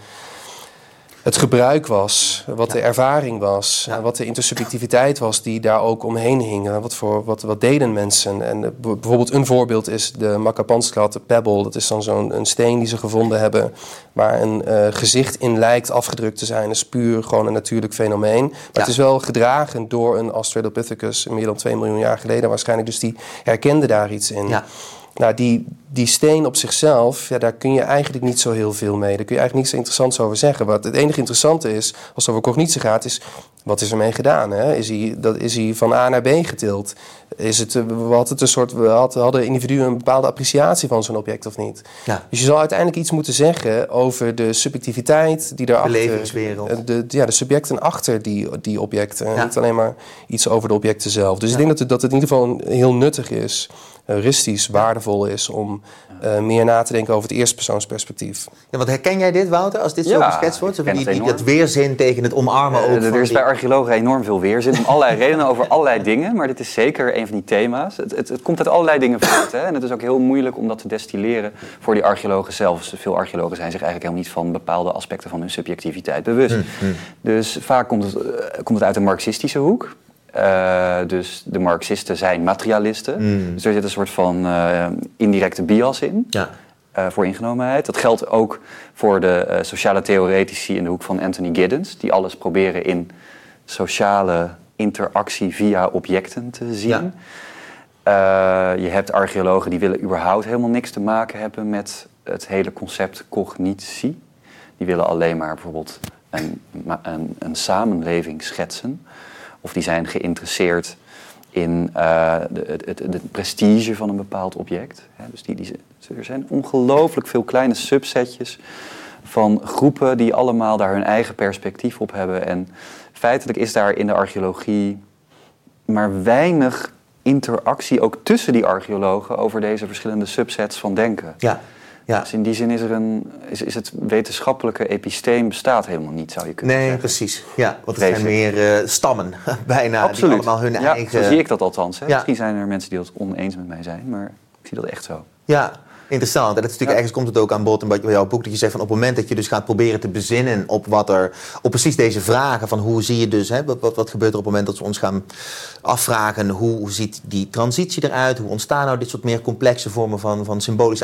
Speaker 3: het gebruik was, wat de ervaring was, wat de intersubjectiviteit was die daar ook omheen hing. Wat deden mensen? En bijvoorbeeld een voorbeeld is de Makapansklad Pebble. Dat is dan zo'n steen die ze gevonden hebben, waar een gezicht in lijkt afgedrukt te zijn. Dat is puur gewoon een natuurlijk fenomeen. Maar het is wel gedragen door een Australopithecus meer dan 2 miljoen jaar geleden waarschijnlijk. Dus die herkende daar iets in. Ja. Nou, die steen op zichzelf, daar kun je eigenlijk niet zo heel veel mee. Daar kun je eigenlijk niets interessants over zeggen. Wat het enige interessante is, als het over cognitie gaat, is wat is ermee gedaan? Hè? Is hij van A naar B getild? Hadden individuen een bepaalde appreciatie van zo'n object of niet? Ja. Dus je zal uiteindelijk iets moeten zeggen over de subjectiviteit die daarachter,
Speaker 1: de levenswereld.
Speaker 3: De subjecten achter die objecten. Ja. Niet alleen maar iets over de objecten zelf. Dus ik denk dat het in ieder geval heel nuttig is, heuristisch waardevol is om meer na te denken over het eerstepersoonsperspectief.
Speaker 1: Ja, want herken jij dit, Wouter, als dit zo geschetst wordt? Dat weerzin tegen het omarmen ook
Speaker 2: er is bij archeologen enorm veel weerzin om allerlei redenen over allerlei dingen, maar dit is zeker een van die thema's. Het komt uit allerlei dingen voort, hè? En het is ook heel moeilijk om dat te destilleren voor die archeologen zelf. Veel archeologen zijn zich eigenlijk helemaal niet van bepaalde aspecten van hun subjectiviteit bewust. Dus vaak komt het uit een marxistische hoek. Dus de Marxisten zijn materialisten. Dus er zit een soort van indirecte bias in. Ja. Voor ingenomenheid. Dat geldt ook voor de sociale theoretici in de hoek van Anthony Giddens, die alles proberen in sociale interactie via objecten te zien. Ja. Je hebt archeologen die willen überhaupt helemaal niks te maken hebben met het hele concept cognitie. Die willen alleen maar bijvoorbeeld een samenleving schetsen. Of die zijn geïnteresseerd in de prestige van een bepaald object. Dus er zijn ongelooflijk veel kleine subsetjes van groepen die allemaal daar hun eigen perspectief op hebben. En feitelijk is daar in de archeologie maar weinig interactie ook tussen die archeologen over deze verschillende subsets van denken. Ja. Ja. Dus in die zin is het wetenschappelijke episteem bestaat helemaal niet, zou je kunnen zeggen.
Speaker 1: Nee, precies. Ja, want het zijn meer stammen bijna.
Speaker 2: Absoluut.
Speaker 1: Die allemaal hun eigen...
Speaker 2: Zo zie ik dat althans. Hè. Ja. Misschien zijn er mensen die het oneens met mij zijn, maar ik zie dat echt zo.
Speaker 1: Ja, interessant. En dat is natuurlijk, ergens komt het ook aan bod in jouw boek, dat je zegt van op het moment dat je dus gaat proberen te bezinnen op precies deze vragen van hoe zie je dus, wat gebeurt er op het moment dat we ons gaan afvragen, hoe ziet die transitie eruit, hoe ontstaan nou dit soort meer complexe vormen van symbolische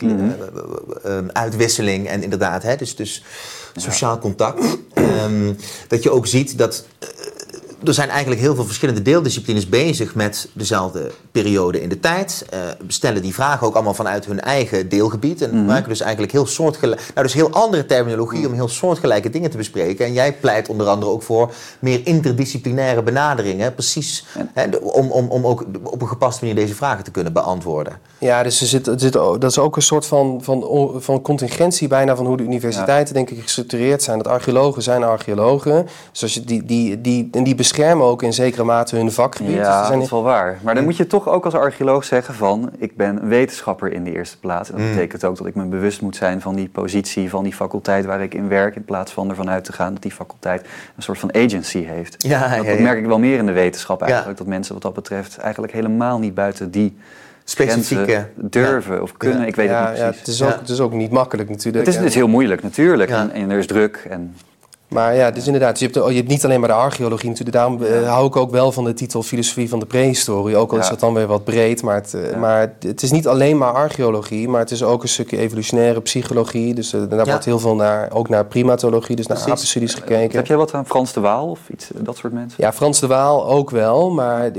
Speaker 1: uitwisseling en inderdaad, dus sociaal contact. Dat je ook ziet dat er zijn eigenlijk heel veel verschillende deeldisciplines bezig met dezelfde periode in de tijd. Stellen die vragen ook allemaal vanuit hun eigen deelgebied. En gebruiken dus eigenlijk heel andere terminologie om heel soortgelijke dingen te bespreken. En jij pleit onder andere ook voor meer interdisciplinaire benaderingen. Precies om ook op een gepaste manier deze vragen te kunnen beantwoorden. Ja, dus dat is ook een soort van contingentie bijna van hoe de universiteiten denk ik gestructureerd zijn. Dat archeologen zijn archeologen. Dus als je die
Speaker 3: beschermen ook in zekere mate hun vakgebied.
Speaker 2: Ja,
Speaker 3: dus
Speaker 2: dat is wel waar. Maar dan moet je toch ook als archeoloog zeggen van... ik ben een wetenschapper in de eerste plaats. En dat betekent ook dat ik me bewust moet zijn van die positie... van die faculteit waar ik in werk... in plaats van ervan uit te gaan dat die faculteit... een soort van agency heeft. Dat merk ik wel meer in de wetenschap eigenlijk. Dat mensen wat dat betreft eigenlijk helemaal niet buiten die... specifieke durven of kunnen, ik weet het niet precies.
Speaker 3: Het is ook niet makkelijk natuurlijk.
Speaker 2: Het is heel moeilijk natuurlijk en er is druk.
Speaker 3: Maar ja, dus inderdaad, je hebt niet alleen maar de archeologie natuurlijk. Daarom hou ik ook wel van de titel filosofie van de prehistorie. Ook al is dat dan weer wat breed. Maar het is niet alleen maar archeologie, maar het is ook een stukje evolutionaire psychologie. Dus daar wordt heel veel ook naar primatologie, dus naar apenstudies gekeken.
Speaker 2: Heb jij wat aan Frans de Waal of iets, dat soort mensen?
Speaker 3: Ja, Frans de Waal ook wel. Maar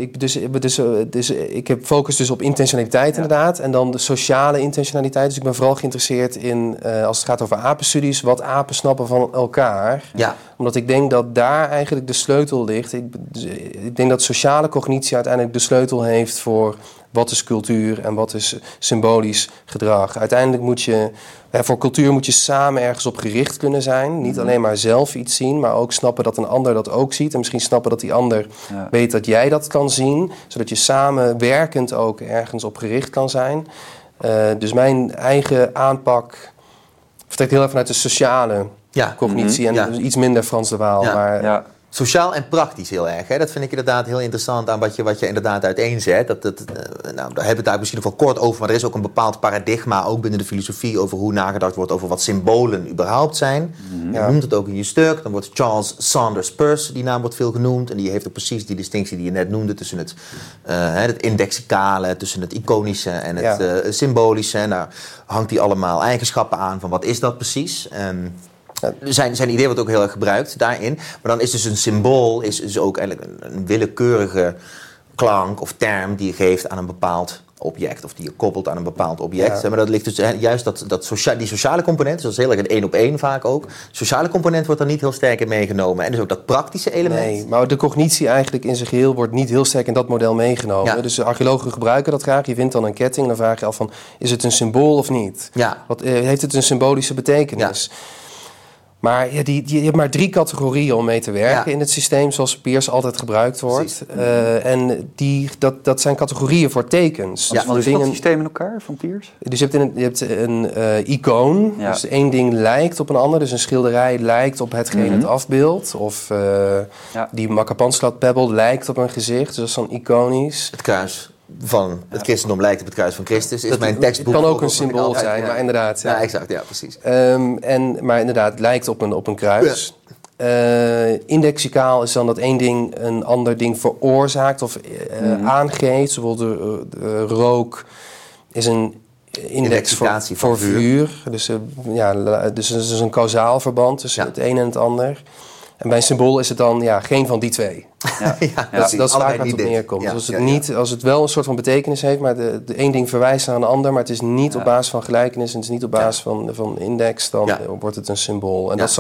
Speaker 3: ik heb focus dus op intentionaliteit inderdaad. En dan de sociale intentionaliteit. Dus ik ben vooral geïnteresseerd in, als het gaat over apenstudies, wat apen snappen van elkaar.
Speaker 1: Ja.
Speaker 3: Omdat ik denk dat daar eigenlijk de sleutel ligt. Ik denk dat sociale cognitie uiteindelijk de sleutel heeft voor wat is cultuur en wat is symbolisch gedrag. Uiteindelijk voor cultuur moet je samen ergens op gericht kunnen zijn. Niet alleen maar zelf iets zien, maar ook snappen dat een ander dat ook ziet. En misschien snappen dat die ander weet dat jij dat kan zien. Zodat je samen werkend ook ergens op gericht kan zijn. Dus mijn eigen aanpak vertrekt heel erg vanuit de sociale cognitie en dus iets minder Frans de Waal.
Speaker 1: Ja.
Speaker 3: Maar,
Speaker 1: sociaal en praktisch heel erg. Hè? Dat vind ik inderdaad heel interessant aan wat je inderdaad uiteenzet. Daar hebben we het daar misschien nog wel kort over, maar er is ook een bepaald paradigma, ook binnen de filosofie, over hoe nagedacht wordt over wat symbolen überhaupt zijn. Je noemt het ook in je stuk. Dan wordt Charles Sanders Peirce, die naam wordt veel genoemd. En die heeft ook precies die distinctie die je net noemde tussen het indexicale, tussen het iconische en het symbolische. En daar hangt hij allemaal eigenschappen aan van wat is dat precies. Zijn idee wordt ook heel erg gebruikt daarin. Maar dan is dus een symbool is ook eigenlijk een willekeurige klank of term die je geeft aan een bepaald object. Of die je koppelt aan een bepaald object. Maar dat ligt dus juist die sociale component, dus dat is heel erg een 1-op-1 vaak ook. De sociale component wordt er niet heel sterk in meegenomen. En dus ook dat praktische element.
Speaker 3: Nee, maar de cognitie eigenlijk in zijn geheel wordt niet heel sterk in dat model meegenomen. Ja. Dus de archeologen gebruiken dat graag. Je vindt dan een ketting, dan vraag je af van, is het een symbool of niet?
Speaker 1: Ja.
Speaker 3: Heeft het een symbolische betekenis? Ja. Maar je hebt maar 3 categorieën om mee te werken in het systeem, zoals Peirce altijd gebruikt wordt. En dat zijn categorieën voor tekens.
Speaker 2: Wat is dat systeem in elkaar van Peirce?
Speaker 3: Dus je hebt een icoon, dus één ding lijkt op een ander. Dus een schilderij lijkt op hetgeen het afbeeldt. Of die Makapanstad Pebble lijkt op een gezicht, dus dat is dan iconisch.
Speaker 1: Het kruis van het christendom lijkt op het kruis van Christus. Is mijn tekstboek.
Speaker 3: Het kan ook een symbool zijn, maar inderdaad.
Speaker 1: Ja, exact, ja, precies.
Speaker 3: Maar inderdaad, het lijkt op een kruis. Ja. Indexicaal is dan dat één ding een ander ding veroorzaakt of aangeeft. Bijvoorbeeld rook is een index voor vuur. Dus het is een kausaal verband tussen het een en het ander. En bij een symbool is het dan geen van die twee. Dat is vaak waar het op neerkomt. Dus als het wel een soort van betekenis heeft, maar de één ding verwijst naar een ander, maar het is niet op basis van gelijkenis en het is niet op basis van index, dan wordt het een symbool. En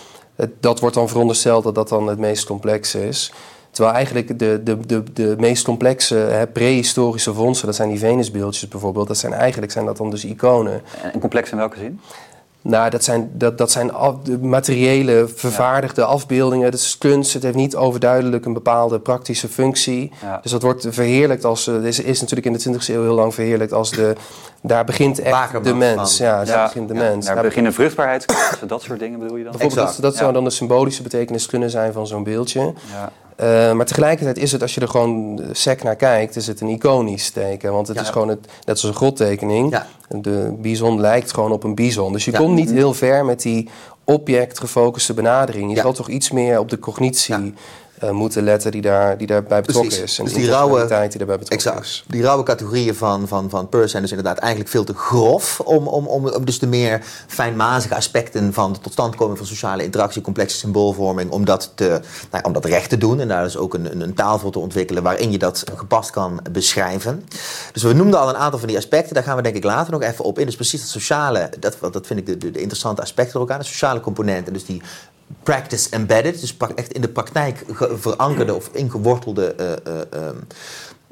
Speaker 3: dat wordt dan verondersteld dat dan het meest complexe is. Terwijl eigenlijk de meest complexe prehistorische vondsten, dat zijn die Venusbeeldjes bijvoorbeeld, zijn dat dan dus iconen.
Speaker 2: En complex in welke zin?
Speaker 3: Nou, dat zijn materiële, vervaardigde afbeeldingen. Dat is kunst. Het heeft niet overduidelijk een bepaalde praktische functie. Ja. Dus dat wordt verheerlijkt als... is natuurlijk in de 20e eeuw heel lang verheerlijkt als daar begint echt de mens. Daar begint de mens.
Speaker 2: Daar beginnen vruchtbaarheidskunsten, dat soort dingen bedoel je dan?
Speaker 3: Bijvoorbeeld dat zou dan de symbolische betekenis kunnen zijn van zo'n beeldje. Ja. Maar tegelijkertijd is het, als je er gewoon sec naar kijkt, is het een iconisch teken. Want het is gewoon net als een grottekening. Ja. De bison lijkt gewoon op een bison. Dus je komt niet heel ver met die objectgefocuste benadering. Je zal toch iets meer op de cognitie moeten letten die daarbij betrokken is. En dus die intentionaliteit die daarbij betrokken is.
Speaker 1: Die rauwe categorieën van Peirce zijn dus inderdaad eigenlijk veel te grof om dus de meer fijnmazige aspecten van de totstandkoming van sociale interactie, complexe symboolvorming, om dat recht te doen en daar dus ook een taal voor te ontwikkelen waarin je dat gepast kan beschrijven. Dus we noemden al een aantal van die aspecten, daar gaan we denk ik later nog even op in. Dus precies dat sociale, dat vind ik de interessante aspecten ook aan, de sociale componenten, dus die practice embedded, dus echt in de praktijk verankerde of ingewortelde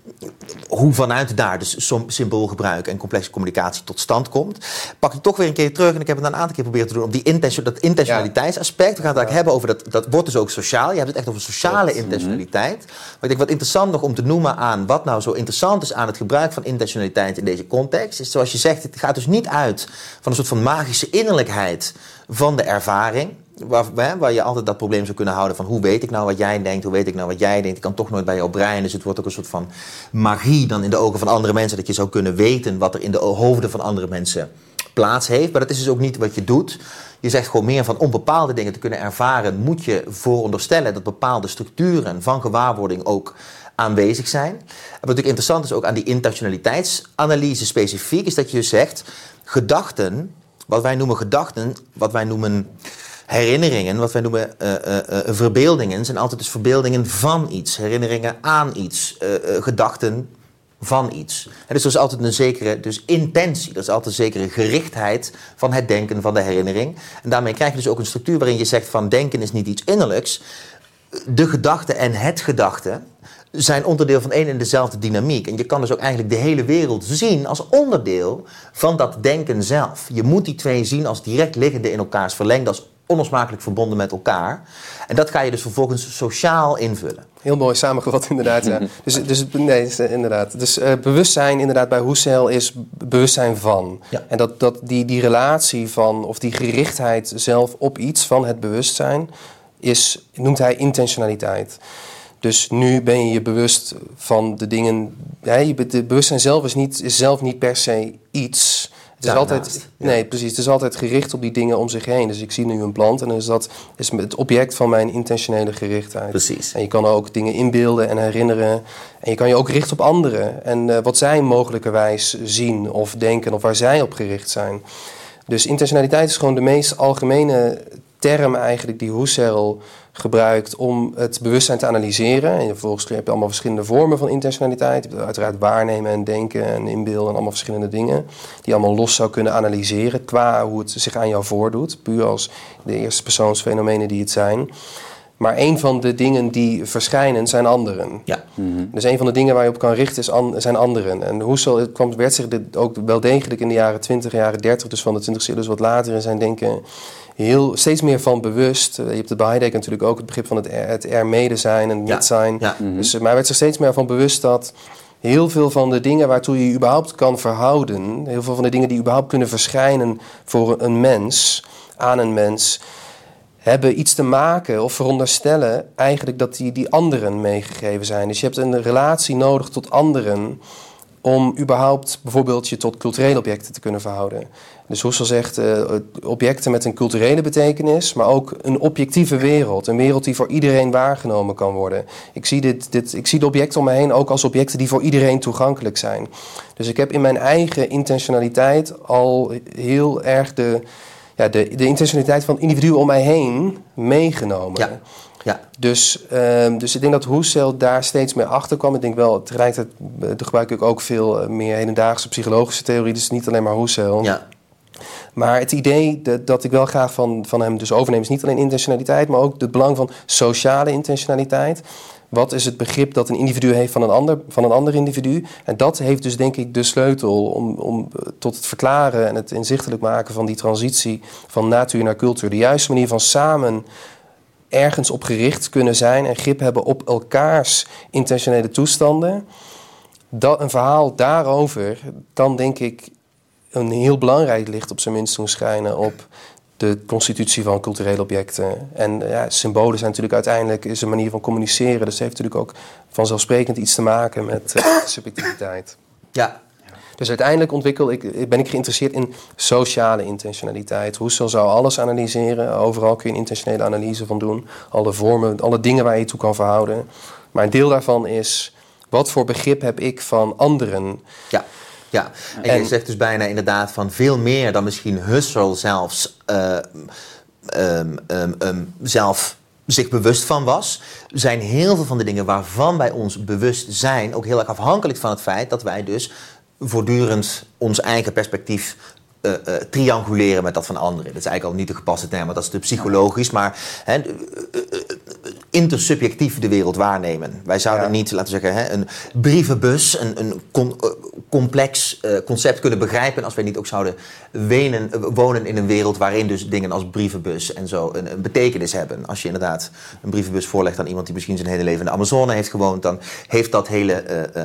Speaker 1: hoe vanuit daar dus symboolgebruik en complexe communicatie tot stand komt, pak ik toch weer een keer terug, en ik heb het een aantal keer proberen te doen, op dat intentionaliteitsaspect. We gaan het eigenlijk hebben over, dat wordt dus ook sociaal. Je hebt het echt over sociale intentionaliteit. Maar ik denk wat interessant nog om te noemen aan wat nou zo interessant is aan het gebruik van intentionaliteit in deze context, is zoals je zegt, het gaat dus niet uit van een soort van magische innerlijkheid van de ervaring. Waar je altijd dat probleem zou kunnen houden van hoe weet ik nou wat jij denkt, hoe weet ik nou wat jij denkt. Ik kan toch nooit bij jouw brein, dus het wordt ook een soort van magie dan in de ogen van andere mensen, dat je zou kunnen weten wat er in de hoofden van andere mensen plaats heeft. Maar dat is dus ook niet wat je doet. Je zegt gewoon meer van om bepaalde dingen te kunnen ervaren, moet je vooronderstellen dat bepaalde structuren van gewaarwording ook aanwezig zijn. Wat natuurlijk interessant is ook aan die intentionaliteitsanalyse specifiek, is dat je zegt, gedachten, wat wij noemen herinneringen, wat wij noemen verbeeldingen, zijn altijd dus verbeeldingen van iets. Herinneringen aan iets. Gedachten van iets. En dus er is altijd een zekere intentie. Er is altijd een zekere gerichtheid van het denken, van de herinnering. En daarmee krijg je dus ook een structuur waarin je zegt van denken is niet iets innerlijks. De gedachte en het gedachte zijn onderdeel van één en dezelfde dynamiek. En je kan dus ook eigenlijk de hele wereld zien als onderdeel van dat denken zelf. Je moet die twee zien als direct liggende in elkaars verlengde, als onlosmakelijk verbonden met elkaar. En dat ga je dus vervolgens sociaal invullen.
Speaker 3: Heel mooi samengevat, inderdaad. Ja. Inderdaad. Dus bewustzijn inderdaad bij Husserl is bewustzijn van. Ja. En die relatie van, of die gerichtheid zelf op iets van het bewustzijn, noemt hij intentionaliteit. Dus nu ben je je bewust van de dingen. Het bewustzijn zelf is zelf niet per se iets. Het is altijd, nee, precies. Het is altijd gericht op die dingen om zich heen. Dus ik zie nu een plant en dat is het object van mijn intentionele gerichtheid.
Speaker 1: Precies.
Speaker 3: En je kan ook dingen inbeelden en herinneren. En je kan je ook richten op anderen. En wat zij mogelijkerwijs zien of denken of waar zij op gericht zijn. Dus intentionaliteit is gewoon de meest algemene term eigenlijk die Husserl gebruikt om het bewustzijn te analyseren. En vervolgens heb je allemaal verschillende vormen van intentionaliteit. Je hebt uiteraard waarnemen en denken en inbeelden en allemaal verschillende dingen die je allemaal los zou kunnen analyseren qua hoe het zich aan jou voordoet. Puur als de eerste persoonsfenomenen die het zijn. Maar een van de dingen die verschijnen zijn anderen.
Speaker 1: Ja.
Speaker 3: Mm-hmm. Dus een van de dingen waar je op kan richten zijn anderen. En Husserl werd zich dit ook wel degelijk in de jaren 20, jaren 30, dus van de 20e eeuw, dus wat later in zijn denken, steeds meer van bewust. Je hebt bij Heidegger natuurlijk ook het begrip van het mede zijn en het zijn. Ja. Mm-hmm. Dus, maar hij werd zich steeds meer van bewust dat heel veel van de dingen waartoe je überhaupt kan verhouden, heel veel van de dingen die überhaupt kunnen verschijnen voor een mens, aan een mens, hebben iets te maken of veronderstellen eigenlijk dat die anderen meegegeven zijn. Dus je hebt een relatie nodig tot anderen om überhaupt bijvoorbeeld je tot culturele objecten te kunnen verhouden. Dus Husserl zegt objecten met een culturele betekenis, maar ook een objectieve wereld. Een wereld die voor iedereen waargenomen kan worden. Ik zie de objecten om me heen ook als objecten die voor iedereen toegankelijk zijn. Dus ik heb in mijn eigen intentionaliteit al heel erg de intentionaliteit van individuen om mij heen meegenomen.
Speaker 1: Ja. Ja.
Speaker 3: Dus ik denk dat Husserl daar steeds meer achter kwam. Ik denk wel, tegelijkertijd gebruik ik ook veel meer hedendaagse psychologische theorie. Dus niet alleen maar Husserl. Ja. Maar het idee dat ik wel graag van hem dus overneem is niet alleen intentionaliteit, maar ook het belang van sociale intentionaliteit. Wat is het begrip dat een individu heeft van een ander individu? En dat heeft dus denk ik de sleutel om tot het verklaren en het inzichtelijk maken van die transitie van natuur naar cultuur. De juiste manier van samen ergens op gericht kunnen zijn en grip hebben op elkaars intentionele toestanden. Een verhaal daarover kan denk ik een heel belangrijk licht op zijn minst doen schijnen op de constitutie van culturele objecten. En symbolen zijn natuurlijk uiteindelijk is een manier van communiceren. Dus het heeft natuurlijk ook vanzelfsprekend iets te maken met subjectiviteit.
Speaker 1: Ja.
Speaker 3: Dus uiteindelijk ben ik geïnteresseerd in sociale intentionaliteit. Husserl zou alles analyseren. Overal kun je een intentionele analyse van doen. Alle vormen, alle dingen waar je toe kan verhouden. Maar een deel daarvan is, wat voor begrip heb ik van anderen?
Speaker 1: Ja. Ja, en je zegt dus bijna inderdaad van veel meer dan misschien Husserl zelf zich bewust van was, zijn heel veel van de dingen waarvan wij ons bewust zijn ook heel erg afhankelijk van het feit dat wij dus voortdurend ons eigen perspectief trianguleren met dat van anderen. Dat is eigenlijk al niet de gepaste term, want dat is te psychologisch. Maar intersubjectief de wereld waarnemen. Wij zouden niet, laten we zeggen, een brievenbus, een complex concept kunnen begrijpen als wij niet ook zouden wonen in een wereld waarin dus dingen als brievenbus en zo een betekenis hebben. Als je inderdaad een brievenbus voorlegt aan iemand die misschien zijn hele leven in de Amazone heeft gewoond, dan heeft dat hele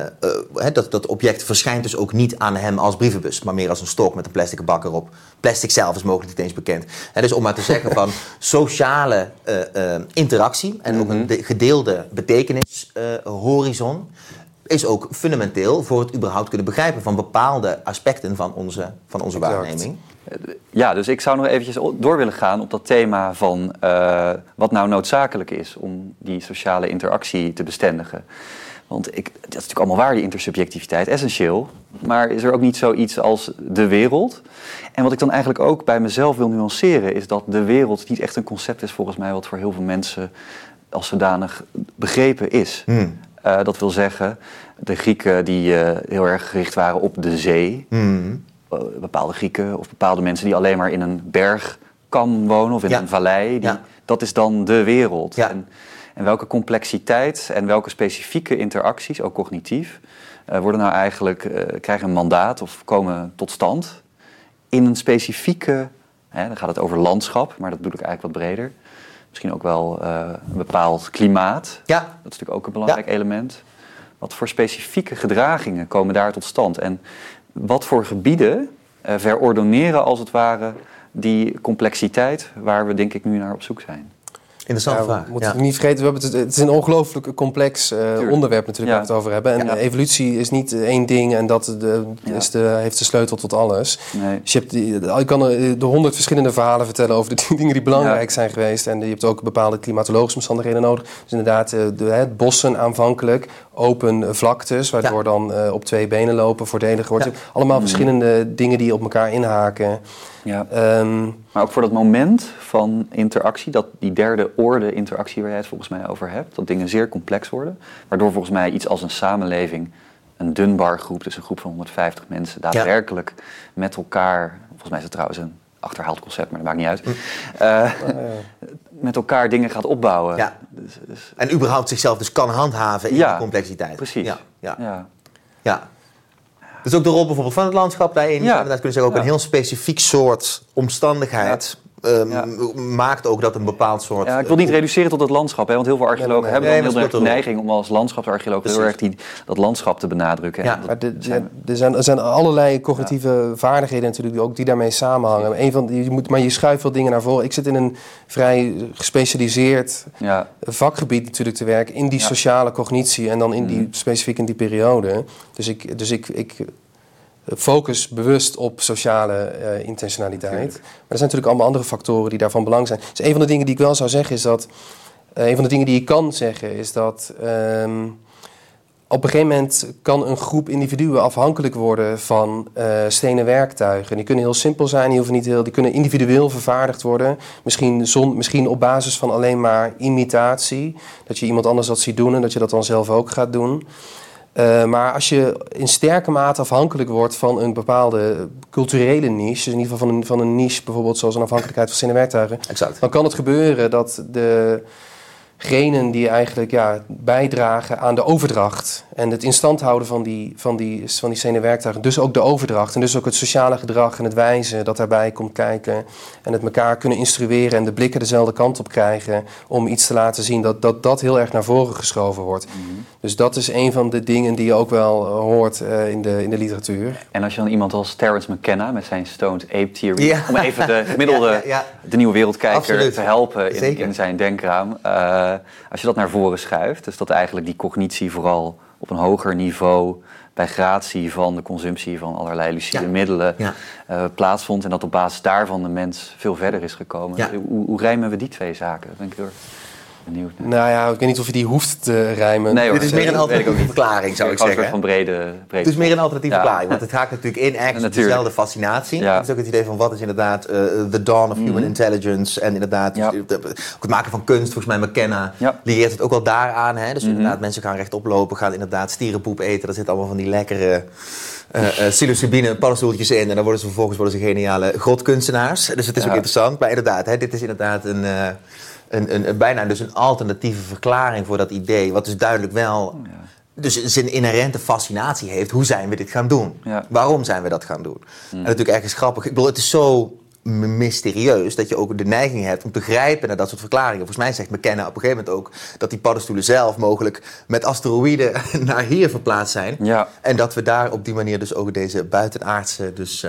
Speaker 1: dat object verschijnt dus ook niet aan hem als brievenbus, maar meer als een stok met een plastic bak erop. Plastic zelf is mogelijk niet eens bekend. Dus om maar te zeggen van sociale interactie en ook een gedeelde betekenishorizon is ook fundamenteel voor het überhaupt kunnen begrijpen van bepaalde aspecten van onze waarneming.
Speaker 2: Ja, dus ik zou nog eventjes door willen gaan op dat thema van wat nou noodzakelijk is om die sociale interactie te bestendigen. Want dat is natuurlijk allemaal waar, die intersubjectiviteit, essentieel. Maar is er ook niet zoiets als de wereld? En wat ik dan eigenlijk ook bij mezelf wil nuanceren, is dat de wereld niet echt een concept is volgens mij wat voor heel veel mensen als zodanig begrepen is. Dat wil zeggen, de Grieken die heel erg gericht waren op de zee. Bepaalde Grieken of bepaalde mensen die alleen maar in een bergkam wonen of in een vallei. Dat is dan de wereld. Ja. En welke complexiteit en welke specifieke interacties, ook cognitief, worden nou eigenlijk, krijgen een mandaat of komen tot stand in een specifieke, dan gaat het over landschap, maar dat bedoel ik eigenlijk wat breder. Misschien ook wel een bepaald klimaat. Ja. Dat is natuurlijk ook een belangrijk element. Wat voor specifieke gedragingen komen daar tot stand? En wat voor gebieden verordoneren als het ware die complexiteit waar we denk ik nu naar op zoek zijn?
Speaker 3: Interessante vraag. We moeten het niet vergeten, het is een ongelooflijk complex onderwerp natuurlijk waar we het over hebben. En evolutie is niet één ding en dat heeft de sleutel tot alles. Nee. Dus je kan de 100 verschillende verhalen vertellen over de dingen die belangrijk zijn geweest. En je hebt ook bepaalde klimatologische omstandigheden nodig. Dus inderdaad, bossen aanvankelijk, open vlaktes, waardoor dan op twee benen lopen voordelig wordt. Allemaal verschillende dingen die op elkaar inhaken. Ja.
Speaker 2: Maar ook voor dat moment van interactie, die derde orde interactie waar jij het volgens mij over hebt, dat dingen zeer complex worden, waardoor volgens mij iets als een samenleving, een Dunbar-groep, dus een groep van 150 mensen, daadwerkelijk met elkaar, volgens mij is het trouwens een achterhaald concept, maar dat maakt niet uit, met elkaar dingen gaat opbouwen. Ja.
Speaker 1: Dus, en überhaupt zichzelf dus kan handhaven in die complexiteit.
Speaker 2: Precies.
Speaker 1: Ja. Dus ook de rol bijvoorbeeld van het landschap daarin. Ja. Inderdaad kunnen zeggen ook een heel specifiek soort omstandigheid maakt ook dat een bepaald soort...
Speaker 2: Ja, ik wil niet reduceren tot het landschap, want heel veel archeologen hebben dan heel erg de neiging om als landschapsarcheoloog heel erg dat landschap te benadrukken. Ja.
Speaker 3: Er zijn allerlei cognitieve vaardigheden natuurlijk die daarmee samenhangen. Maar je schuift wel dingen naar voren. Ik zit in een vrij gespecialiseerd vakgebied natuurlijk te werken in die sociale cognitie en dan in die specifiek in die periode. Dus ik focus bewust op sociale intentionaliteit. Maar er zijn natuurlijk allemaal andere factoren die daarvan belang zijn. Dus een van de dingen die ik wel zou zeggen is dat... een van de dingen die ik kan zeggen is dat... op een gegeven moment kan een groep individuen afhankelijk worden van stenen werktuigen. Die kunnen heel simpel zijn, die kunnen individueel vervaardigd worden. Misschien op basis van alleen maar imitatie. Dat je iemand anders dat ziet doen en dat je dat dan zelf ook gaat doen. Maar als je in sterke mate afhankelijk wordt van een bepaalde culturele niche, dus in ieder geval van een niche bijvoorbeeld zoals een afhankelijkheid van stenen werktuigen, dan kan het gebeuren dat degenen die eigenlijk bijdragen aan de overdracht en het in stand houden van die stenen werktuigen, dus ook de overdracht en dus ook het sociale gedrag en het wijzen dat daarbij komt kijken en het elkaar kunnen instrueren en de blikken dezelfde kant op krijgen om iets te laten zien, dat heel erg naar voren geschoven wordt. Mm-hmm. Dus dat is een van de dingen die je ook wel hoort in de literatuur.
Speaker 2: En als je dan iemand als Terence McKenna met zijn Stoned Ape Theory, om even de gemiddelde, de nieuwe wereldkijker te helpen in zijn denkraam, als je dat naar voren schuift, dus dat eigenlijk die cognitie vooral op een hoger niveau bij gratie van de consumptie van allerlei lucide middelen plaatsvond en dat op basis daarvan de mens veel verder is gekomen. Ja. Hoe rijmen we die twee zaken? Dat denk ik Benieuwd.
Speaker 3: Nou ja, ik weet niet of je die hoeft te rijmen.
Speaker 2: Nee, hoor.
Speaker 1: Dit is meer een alternatieve verklaring, zou ik zeggen.
Speaker 2: Een soort van brede
Speaker 1: Het is meer een alternatieve verklaring, want het haakt natuurlijk in ergens op dezelfde fascinatie.
Speaker 2: Ja.
Speaker 1: Het is ook het idee van wat is inderdaad the dawn of human intelligence. En inderdaad, ook het maken van kunst, volgens mij McKenna leert het ook wel daaraan. Hè? Dus inderdaad, mensen gaan rechtop lopen, gaan inderdaad stierenpoep eten. Daar zit allemaal van die lekkere psilocybine paddenstoeltjes in. En dan worden ze vervolgens geniale grotkunstenaars. Dus het is ook interessant. Maar inderdaad, dit is inderdaad bijna dus een alternatieve verklaring voor dat idee. Wat dus duidelijk wel dus zijn inherente fascinatie heeft. Hoe zijn we dit gaan doen?
Speaker 2: Ja.
Speaker 1: Waarom zijn we dat gaan doen? En natuurlijk ergens grappig. Ik bedoel, het is zo mysterieus dat je ook de neiging hebt om te grijpen naar dat soort verklaringen. Volgens mij zegt McKenna op een gegeven moment ook dat die paddenstoelen zelf mogelijk met asteroïden naar hier verplaatst zijn. Ja. En dat we daar op die manier dus ook deze buitenaardse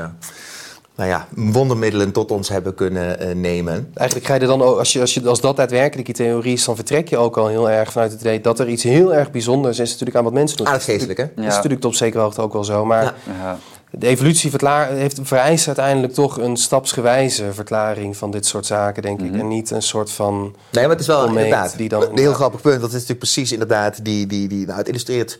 Speaker 1: wondermiddelen tot ons hebben kunnen nemen.
Speaker 3: Eigenlijk ga je er dan ook, als dat daadwerkelijk die theorie is, dan vertrek je ook al heel erg vanuit het idee dat er iets heel erg bijzonders is natuurlijk aan wat mensen doen.
Speaker 1: Aan het geestelijke.
Speaker 3: Dat is natuurlijk op zekere hoogte ook wel zo, maar de evolutie vereist uiteindelijk toch een stapsgewijze verklaring van dit soort zaken, denk ik. En niet een soort van...
Speaker 1: Nee, maar het is wel inderdaad
Speaker 3: die dan,
Speaker 1: een heel grappig punt. Want het is natuurlijk precies inderdaad het illustreert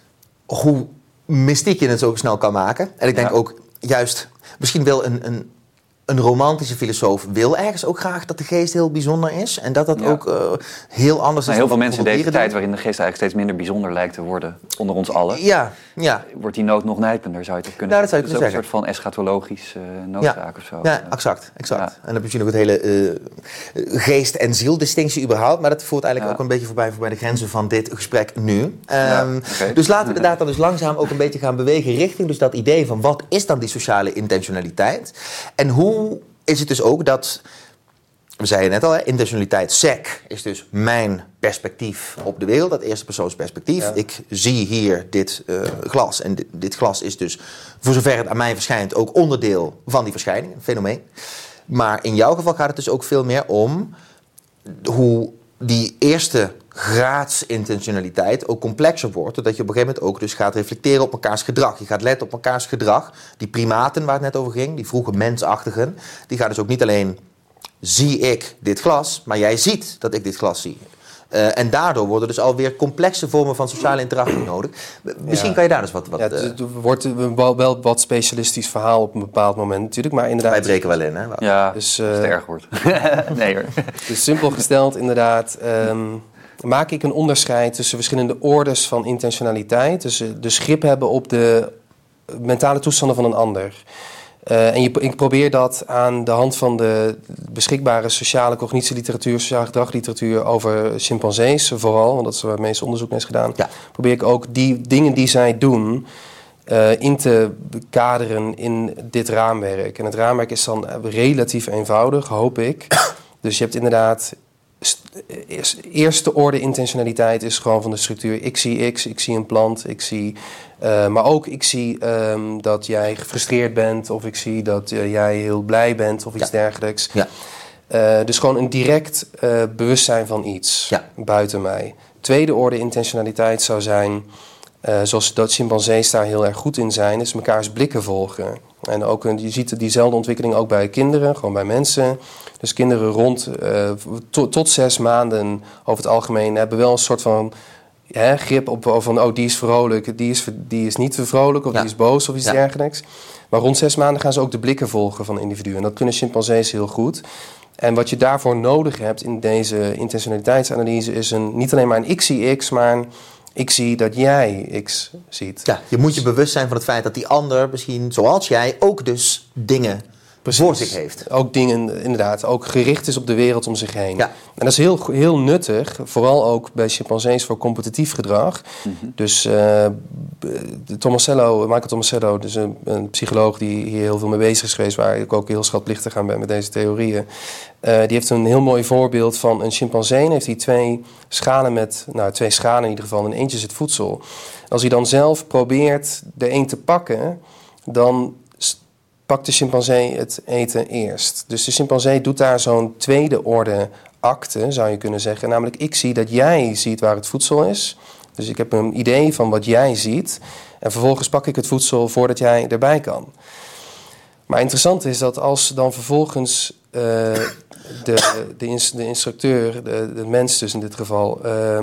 Speaker 1: hoe mystiek je het zo snel kan maken. En ik denk ook juist, misschien wil een romantische filosoof wil ergens ook graag dat de geest heel bijzonder is. En dat ook heel anders is.
Speaker 2: Heel veel mensen in deze tijd waarin de geest eigenlijk steeds minder bijzonder lijkt te worden onder ons allen.
Speaker 1: Ja.
Speaker 2: Wordt die nood nog nijpender, zou je toch kunnen
Speaker 1: zeggen? Dat zou je kunnen
Speaker 2: zeggen. Een soort van eschatologisch noodzaak of zo.
Speaker 1: Ja, exact. Ja. En dan heb je misschien ook het hele geest- en zieldistinctie überhaupt. Maar dat voert eigenlijk ook een beetje voorbij de grenzen van dit gesprek nu. Dus laten we inderdaad dan dus langzaam ook een beetje gaan bewegen richting dus dat idee van wat is dan die sociale intentionaliteit? En hoe is het dus ook dat, we zeiden net al, intentionaliteit, SEC, is dus mijn perspectief op de wereld, dat eerste persoons perspectief. Ja. Ik zie hier dit glas en dit glas is dus, voor zover het aan mij verschijnt, ook onderdeel van die verschijning, een fenomeen. Maar in jouw geval gaat het dus ook veel meer om hoe die eerste graads intentionaliteit ook complexer wordt, doordat je op een gegeven moment ook dus gaat reflecteren op elkaars gedrag. Je gaat letten op elkaars gedrag. Die primaten waar het net over ging, die vroege mensachtigen, die gaan dus ook niet alleen zie ik dit glas, maar jij ziet dat ik dit glas zie. En daardoor worden dus alweer complexe vormen van sociale interactie nodig. Misschien kan je daar dus wat...
Speaker 3: het wordt wel wat specialistisch verhaal op een bepaald moment natuurlijk, maar inderdaad...
Speaker 1: Wij breken wel in, hè?
Speaker 2: Ja, dus, als het erg wordt. Nee hoor.
Speaker 3: Dus simpel gesteld inderdaad... maak ik een onderscheid tussen verschillende orders van intentionaliteit. Dus grip hebben op de mentale toestanden van een ander. Ik probeer dat aan de hand van de beschikbare sociale cognitieliteratuur, sociaal gedragliteratuur over chimpansees vooral, want dat is waar het meeste onderzoek naar is gedaan. Ja. Probeer ik ook die dingen die zij doen in te kaderen in dit raamwerk. En het raamwerk is dan relatief eenvoudig, hoop ik. Dus je hebt inderdaad... Eerste orde intentionaliteit is gewoon van de structuur. Ik zie X, ik zie een plant, ik zie... maar ook ik zie dat jij gefrustreerd bent, of ik zie dat jij heel blij bent of iets dergelijks. Ja. Dus gewoon een direct bewustzijn van iets buiten mij. Tweede orde intentionaliteit zou zijn, zoals dat chimpansees daar heel erg goed in zijn, is mekaars blikken volgen. En ook, je ziet diezelfde ontwikkeling ook bij kinderen, gewoon bij mensen. Dus kinderen rond tot 6 maanden over het algemeen hebben wel een soort van grip op van die is vrolijk, die is niet vrolijk of die is boos of iets dergelijks. Maar rond 6 maanden gaan ze ook de blikken volgen van individuen. En dat kunnen chimpansees heel goed. En wat je daarvoor nodig hebt in deze intentionaliteitsanalyse is niet alleen maar een ik zie X, maar een ik zie dat jij X ziet. Ja,
Speaker 1: je moet je bewust zijn van het feit dat die ander misschien, zoals jij, ook dus dingen voor zich heeft.
Speaker 3: Ook dingen, inderdaad, ook gericht is op de wereld om zich heen. Ja. En dat is heel, heel nuttig, vooral ook bij chimpansees voor competitief gedrag. Mm-hmm. Dus Michael Tomasello, dus een psycholoog die hier heel veel mee bezig is geweest, waar ik ook heel schatplichtig aan ben met deze theorieën. Die heeft een heel mooi voorbeeld van een chimpansee. Heeft hij 2 schalen twee schalen in ieder geval, en eentje zit voedsel. Als hij dan zelf probeert de een te pakken, dan pakt de chimpansee het eten eerst. Dus de chimpansee doet daar zo'n tweede orde acte, zou je kunnen zeggen. Namelijk, ik zie dat jij ziet waar het voedsel is. Dus ik heb een idee van wat jij ziet. En vervolgens pak ik het voedsel voordat jij erbij kan. Maar interessant is dat als dan vervolgens de instructeur, de mens dus in dit geval,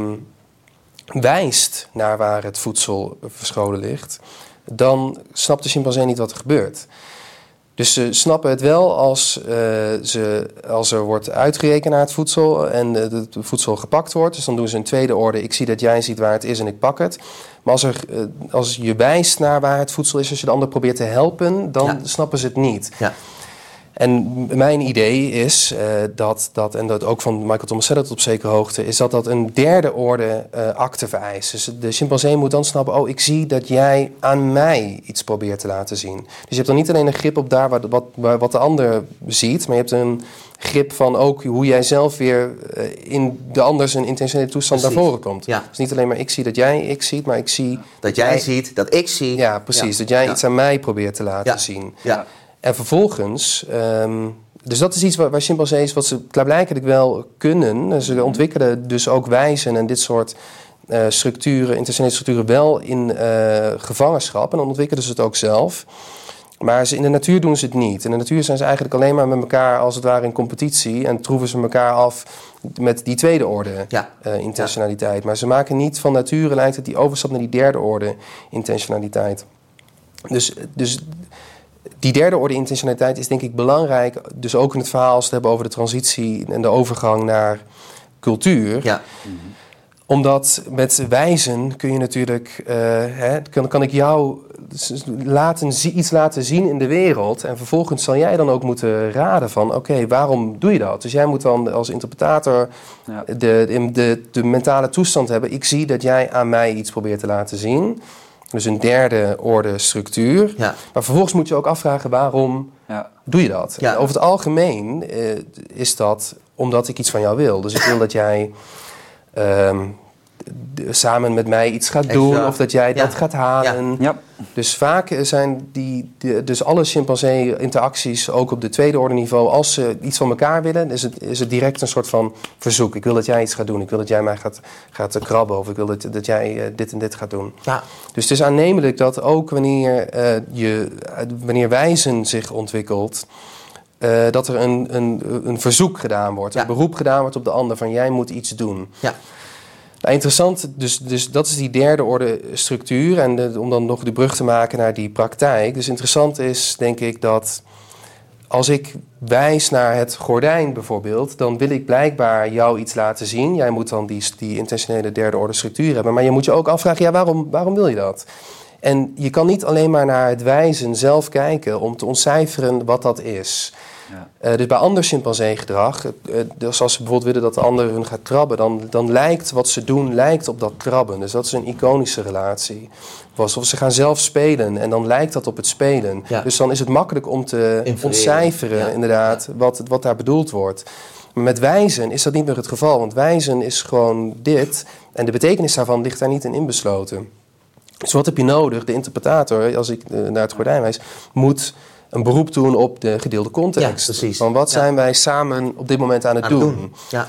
Speaker 3: wijst naar waar het voedsel verscholen ligt, dan snapt de chimpansee niet wat er gebeurt. Dus ze snappen het wel als er wordt uitgerekend naar het voedsel en het voedsel gepakt wordt. Dus dan doen ze een tweede orde. Ik zie dat jij ziet waar het is en ik pak het. Maar als je wijst naar waar het voedsel is, als je de ander probeert te helpen, dan snappen ze het niet. Ja. En mijn idee is en dat ook van Michael Tomasello tot op zekere hoogte, is dat een derde orde acte vereist. Dus de chimpansee moet dan snappen, ik zie dat jij aan mij iets probeert te laten zien. Dus je hebt dan niet alleen een grip op daar wat de ander ziet, maar je hebt een grip van ook hoe jij zelf weer in de ander zijn intentionele toestand naar voren komt. Ja. Dus niet alleen maar ik zie dat jij ik ziet, maar ik zie...
Speaker 1: Dat jij ziet, dat ik zie.
Speaker 3: Ja, precies. Ja. Dat jij iets aan mij probeert te laten zien. Ja. En vervolgens, dus dat is iets waar chimpansees, wat ze klaarblijkelijk wel kunnen. Ze ontwikkelen dus ook wijzen en dit soort structuren, intentionele structuren wel in gevangenschap. En dan ontwikkelen ze het ook zelf. Maar in de natuur doen ze het niet. In de natuur zijn ze eigenlijk alleen maar met elkaar als het ware in competitie. En troeven ze elkaar af met die tweede orde intentionaliteit. Maar ze maken niet van nature, lijkt het, die overstap naar die derde orde intentionaliteit. Dus die derde orde intentionaliteit is denk ik belangrijk. Dus ook in het verhaal als we het hebben over de transitie en de overgang naar cultuur. Ja. Omdat met wijzen kun je natuurlijk, kan ik jou iets laten zien in de wereld. En vervolgens zal jij dan ook moeten raden van, oké, waarom doe je dat? Dus jij moet dan als interpretator de mentale toestand hebben. Ik zie dat jij aan mij iets probeert te laten zien. Dus een derde orde structuur. Ja. Maar vervolgens moet je ook afvragen, waarom doe je dat? Ja. Over het algemeen is dat omdat ik iets van jou wil. Dus ik wil dat jij samen met mij iets gaat doen of dat jij dat gaat halen. Ja. Dus vaak zijn dus alle chimpansee-interacties ook op de tweede orde niveau, als ze iets van elkaar willen, is het direct een soort van verzoek. Ik wil dat jij iets gaat doen. Ik wil dat jij mij gaat krabben of ik wil dat jij dit en dit gaat doen. Ja. Dus het is aannemelijk dat ook wanneer wijzen zich ontwikkelt, dat er een verzoek gedaan wordt. Een beroep gedaan wordt op de ander van jij moet iets doen. Ja. Nou, interessant, dus dat is die derde orde structuur. En om dan nog de brug te maken naar die praktijk. Dus interessant is, denk ik, dat als ik wijs naar het gordijn bijvoorbeeld, dan wil ik blijkbaar jou iets laten zien. Jij moet dan die intentionele derde orde structuur hebben. Maar je moet je ook afvragen, waarom wil je dat? En je kan niet alleen maar naar het wijzen zelf kijken om te ontcijferen wat dat is. Ja. Dus bij ander chimpansee-gedrag, dus als ze bijvoorbeeld willen dat de ander hun gaat krabben, dan lijkt wat ze doen op dat krabben. Dus dat is een iconische relatie. Of ze gaan zelf spelen en dan lijkt dat op het spelen. Ja. Dus dan is het makkelijk om te ontcijferen inderdaad wat daar bedoeld wordt. Maar met wijzen is dat niet meer het geval, want wijzen is gewoon dit en de betekenis daarvan ligt daar niet in inbesloten. Dus wat heb je nodig? De interpretator, als ik naar het gordijn wijs, moet een beroep doen op de gedeelde context. Ja, precies. Van wat zijn wij samen op dit moment aan het doen? Ja.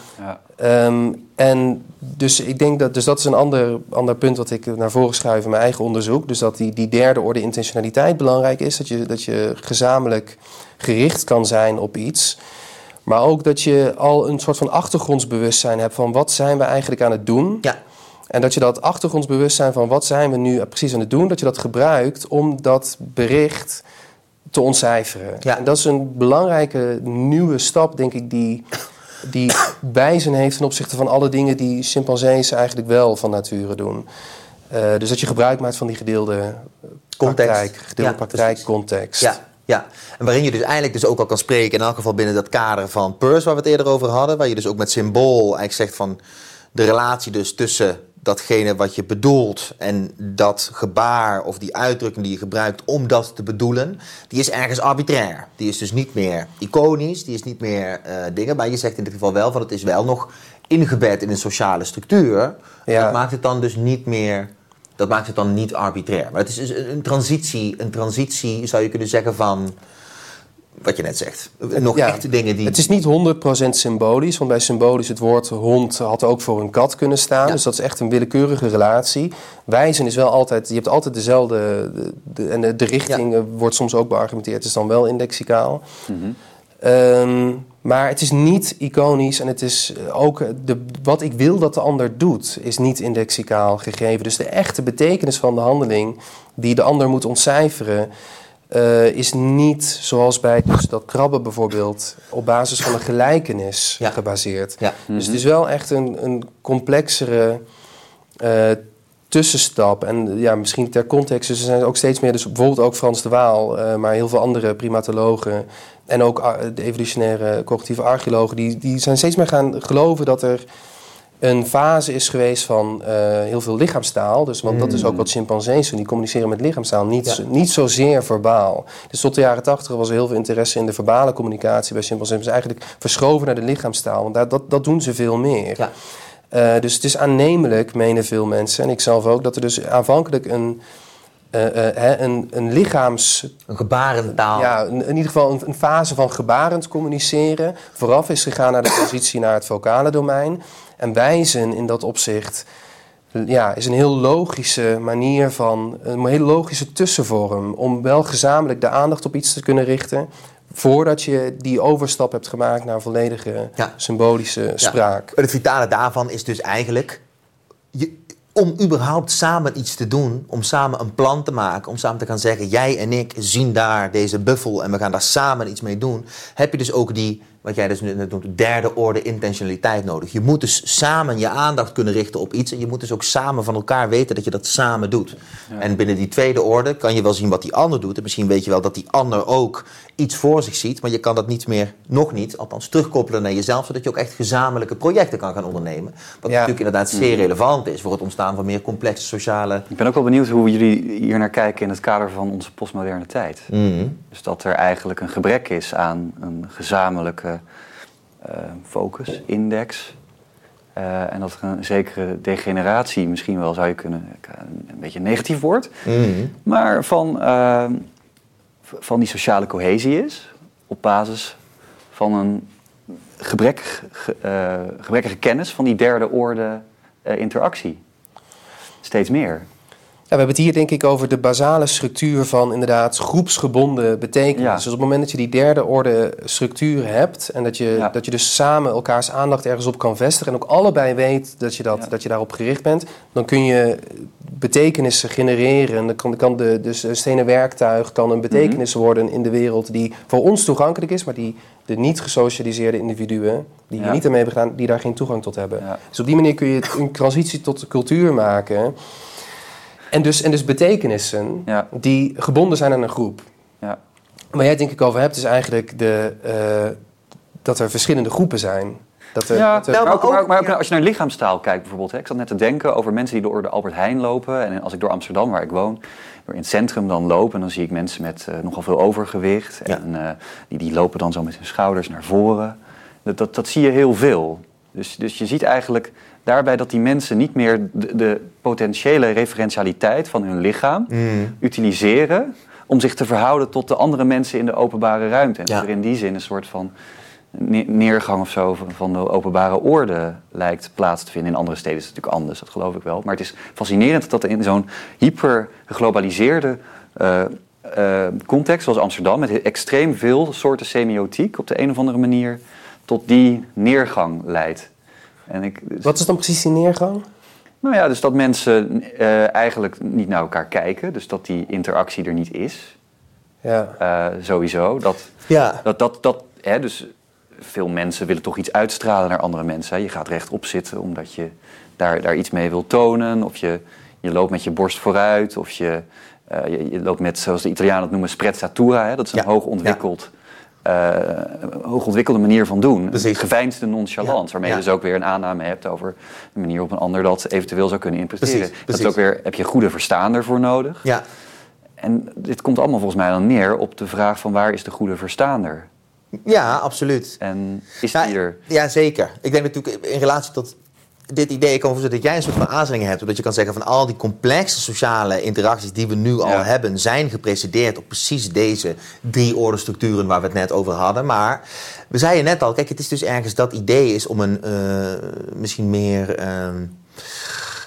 Speaker 3: En dus ik denk dat is een ander punt wat ik naar voren schuif in mijn eigen onderzoek. Dus dat die derde orde intentionaliteit belangrijk is. Dat je gezamenlijk gericht kan zijn op iets. Maar ook dat je al een soort van achtergrondsbewustzijn hebt van wat zijn we eigenlijk aan het doen. Ja. En dat je dat achtergrondsbewustzijn van wat zijn we nu precies aan het doen, dat je dat gebruikt om dat bericht te ontcijferen. Ja. En dat is een belangrijke nieuwe stap, denk ik, die wijzen heeft ten opzichte van alle dingen die chimpansees eigenlijk wel van nature doen. Dus dat je gebruik maakt van die gedeelde praktijkcontext. Ja.
Speaker 1: Ja, en waarin je dus eigenlijk dus ook al kan spreken, in elk geval binnen dat kader van Peirce waar we het eerder over hadden, waar je dus ook met symbool eigenlijk zegt van de relatie dus tussen datgene wat je bedoelt en dat gebaar of die uitdrukking die je gebruikt om dat te bedoelen, die is ergens arbitrair. Die is dus niet meer iconisch, die is niet meer dingen. Maar je zegt in dit geval wel van het is wel nog ingebed in een sociale structuur. Ja. Dat maakt het dan dus niet meer, dat maakt het dan niet arbitrair. Maar het is dus een transitie zou je kunnen zeggen van wat je net zegt. Nog echte dingen die...
Speaker 3: Het is niet 100% symbolisch, want bij symbolisch het woord hond had ook voor een kat kunnen staan. Ja. Dus dat is echt een willekeurige relatie. Wijzen is wel altijd, je hebt altijd dezelfde, en de richting wordt soms ook beargumenteerd, is dan wel indexicaal. Mm-hmm. Maar het is niet iconisch en het is ook wat ik wil dat de ander doet, is niet indexicaal gegeven. Dus de echte betekenis van de handeling die de ander moet ontcijferen, is niet zoals bij dus dat krabben bijvoorbeeld op basis van een gelijkenis gebaseerd. Ja. Dus het is wel echt een complexere tussenstap. En ja, misschien ter context, dus er zijn ook steeds meer, dus bijvoorbeeld ook Frans de Waal, maar heel veel andere primatologen en ook de evolutionaire cognitieve archeologen, die zijn steeds meer gaan geloven dat er een fase is geweest van heel veel lichaamstaal. Dus, want dat is ook wat chimpansees doen. Die communiceren met lichaamstaal, niet zozeer verbaal. Dus tot de jaren 80 was er heel veel interesse in de verbale communicatie bij chimpansees. Dus eigenlijk verschoven naar de lichaamstaal. Want dat doen ze veel meer. Ja. Dus het is aannemelijk, menen veel mensen, en ik zelf ook, dat er dus aanvankelijk een lichaams...
Speaker 1: Een gebarentaal.
Speaker 3: Ja, in ieder geval een fase van gebarend communiceren vooraf is gegaan naar de transitie naar het vocale domein. En wijzen in dat opzicht is een heel logische manier van, een hele logische tussenvorm om wel gezamenlijk de aandacht op iets te kunnen richten voordat je die overstap hebt gemaakt naar volledige symbolische spraak.
Speaker 1: Het vitale daarvan is dus eigenlijk om überhaupt samen iets te doen, om samen een plan te maken, om samen te gaan zeggen, jij en ik zien daar deze buffel en we gaan daar samen iets mee doen, heb je dus ook die, wat jij dus net noemt, derde orde intentionaliteit nodig. Je moet dus samen je aandacht kunnen richten op iets en je moet dus ook samen van elkaar weten dat je dat samen doet. Ja. En binnen die tweede orde kan je wel zien wat die ander doet en misschien weet je wel dat die ander ook iets voor zich ziet, maar je kan dat niet meer, nog niet, althans terugkoppelen naar jezelf, zodat je ook echt gezamenlijke projecten kan gaan ondernemen. Wat natuurlijk inderdaad zeer relevant is voor het ontstaan van meer complexe sociale...
Speaker 2: Ik ben ook wel benieuwd hoe jullie hier naar kijken in het kader van onze postmoderne tijd. Dus dat er eigenlijk een gebrek is aan een gezamenlijke focus, index. En dat er een zekere degeneratie misschien wel, zou je kunnen, een beetje een negatief woord, maar van die sociale cohesie is op basis van een gebrekkige kennis van die derde orde interactie. Steeds meer.
Speaker 3: Ja, we hebben het hier denk ik over de basale structuur van inderdaad groepsgebonden betekenis.
Speaker 2: Ja.
Speaker 3: Dus op het moment dat je die derde orde structuur hebt en dat je dus samen elkaars aandacht ergens op kan vestigen en ook allebei weet dat je daarop gericht bent, dan kun je betekenissen genereren. Dan kan dus een stenen werktuig kan een betekenis worden in de wereld die voor ons toegankelijk is, maar die de niet gesocialiseerde individuen die hier niet aan mee hebben gedaan, die daar geen toegang tot hebben. Ja. Dus op die manier kun je een transitie tot de cultuur maken. En dus betekenissen die gebonden zijn aan een groep. Ja. Waar jij het denk ik over hebt is eigenlijk dat er verschillende groepen zijn.
Speaker 2: Maar als je naar lichaamstaal kijkt bijvoorbeeld. Hè, ik zat net te denken over mensen die door de Albert Heijn lopen. En als ik door Amsterdam, waar ik woon, door in het centrum dan loop. En dan zie ik mensen met nogal veel overgewicht. Ja. En die lopen dan zo met hun schouders naar voren. Dat zie je heel veel. Dus je ziet eigenlijk daarbij dat die mensen niet meer de potentiële referentialiteit van hun lichaam utiliseren om zich te verhouden tot de andere mensen in de openbare ruimte. En dat er in die zin een soort van neergang of zo van de openbare orde lijkt plaats te vinden. In andere steden is het natuurlijk anders, dat geloof ik wel. Maar het is fascinerend dat er in zo'n hyper geglobaliseerde context zoals Amsterdam, met extreem veel soorten semiotiek op de een of andere manier tot die neergang leidt.
Speaker 3: Wat is dan precies die neergang?
Speaker 2: Nou ja, dus dat mensen eigenlijk niet naar elkaar kijken. Dus dat die interactie er niet is. Ja. Sowieso. Dus veel mensen willen toch iets uitstralen naar andere mensen. Hè. Je gaat rechtop zitten omdat je daar iets mee wil tonen. Of je loopt met je borst vooruit. Of je loopt met, zoals de Italianen het noemen, sprezzatura. Hè. Dat is een hoogontwikkelde manier van doen. Precies. Geveinsde nonchalance, waarmee je dus ook weer een aanname hebt over de manier waarop een ander dat eventueel zou kunnen interpreteren. Precies. Dat is ook weer, heb je goede verstaander voor nodig. Ja. En dit komt allemaal volgens mij dan neer op de vraag van waar is de goede verstaander?
Speaker 1: Ja, absoluut.
Speaker 2: En is die er?
Speaker 1: Ja, zeker. Ik denk natuurlijk in relatie tot dit idee, ik kan voorstellen dat jij een soort van aarzeling hebt, omdat je kan zeggen van al die complexe sociale interacties die we nu al hebben, zijn geprecedeerd op precies deze drie orde structuren waar we het net over hadden. Maar we zeiden net al, kijk, het is dus ergens dat idee is om een misschien meer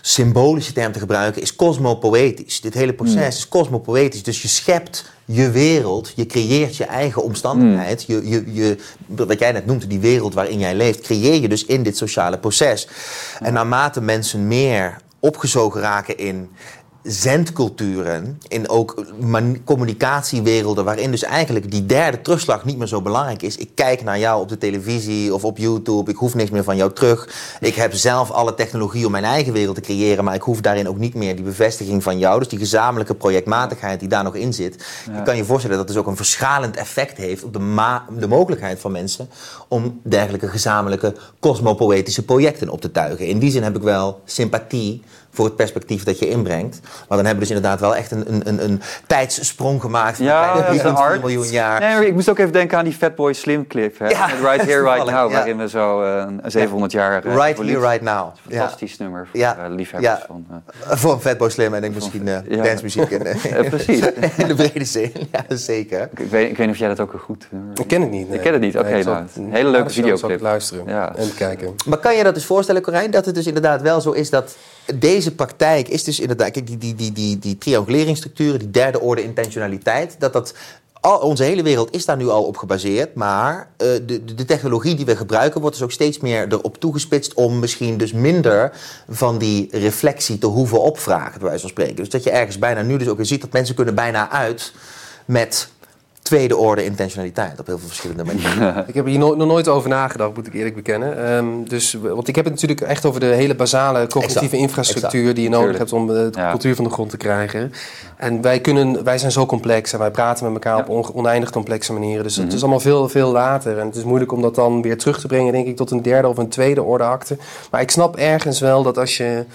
Speaker 1: symbolische term te gebruiken, is cosmopoëtisch. Dit hele proces is cosmopoëtisch. Dus je schept je wereld, je creëert je eigen omstandigheid. Wat jij net noemde, die wereld waarin jij leeft, creëer je dus in dit sociale proces. En naarmate mensen meer opgezogen raken in zendculturen, in ook communicatiewerelden waarin dus eigenlijk die derde terugslag niet meer zo belangrijk is. Ik kijk naar jou op de televisie of op YouTube, ik hoef niks meer van jou terug. Ik heb zelf alle technologie om mijn eigen wereld te creëren, maar ik hoef daarin ook niet meer die bevestiging van jou. Dus die gezamenlijke projectmatigheid die daar nog in zit. Ja. Je kan je voorstellen dat het dus ook een verschalend effect heeft op de mogelijkheid van mensen om dergelijke gezamenlijke cosmopoëtische projecten op te tuigen. In die zin heb ik wel sympathie voor het perspectief dat je inbrengt. Maar dan hebben we dus inderdaad wel echt een tijdssprong gemaakt van 3,4 miljoen jaar.
Speaker 2: Nee, maar ik moest ook even denken aan die Fatboy Slim clip. Hè?
Speaker 1: Ja,
Speaker 2: Right Here, Right Now, waarin we zo 700 jaar...
Speaker 1: Right Here, Right Now.
Speaker 2: Fantastisch nummer voor liefhebbers van...
Speaker 1: Voor Fatboy Slim en ik misschien dancemuziek.
Speaker 2: Precies.
Speaker 1: In de brede zin, ja, zeker.
Speaker 2: Ik weet niet of jij dat ook goed...
Speaker 3: Ik ken het niet. Nee.
Speaker 2: Ik ken het niet, oké. Nou, een hele leuke videoclip.
Speaker 3: Luisteren en kijken.
Speaker 1: Maar kan je dat dus voorstellen, Corijn, dat het dus inderdaad wel zo is dat deze praktijk is dus inderdaad, kijk, die trianguleringsstructuren, die derde orde intentionaliteit, onze hele wereld is daar nu al op gebaseerd, maar de technologie die we gebruiken wordt dus ook steeds meer erop toegespitst om misschien dus minder van die reflectie te hoeven opvragen, bij wijze van spreken. Dus dat je ergens bijna nu dus ook weer ziet dat mensen kunnen bijna uit met tweede orde intentionaliteit op heel veel verschillende manieren.
Speaker 3: Ik heb hier nog nooit over nagedacht, moet ik eerlijk bekennen. Want ik heb het natuurlijk echt over de hele basale cognitieve infrastructuur die je nodig hebt om de cultuur van de grond te krijgen. En wij zijn zo complex en wij praten met elkaar op oneindig complexe manieren. Dus het is allemaal veel, veel later. En het is moeilijk om dat dan weer terug te brengen, denk ik, tot een derde of een tweede orde akte. Maar ik snap ergens wel dat als je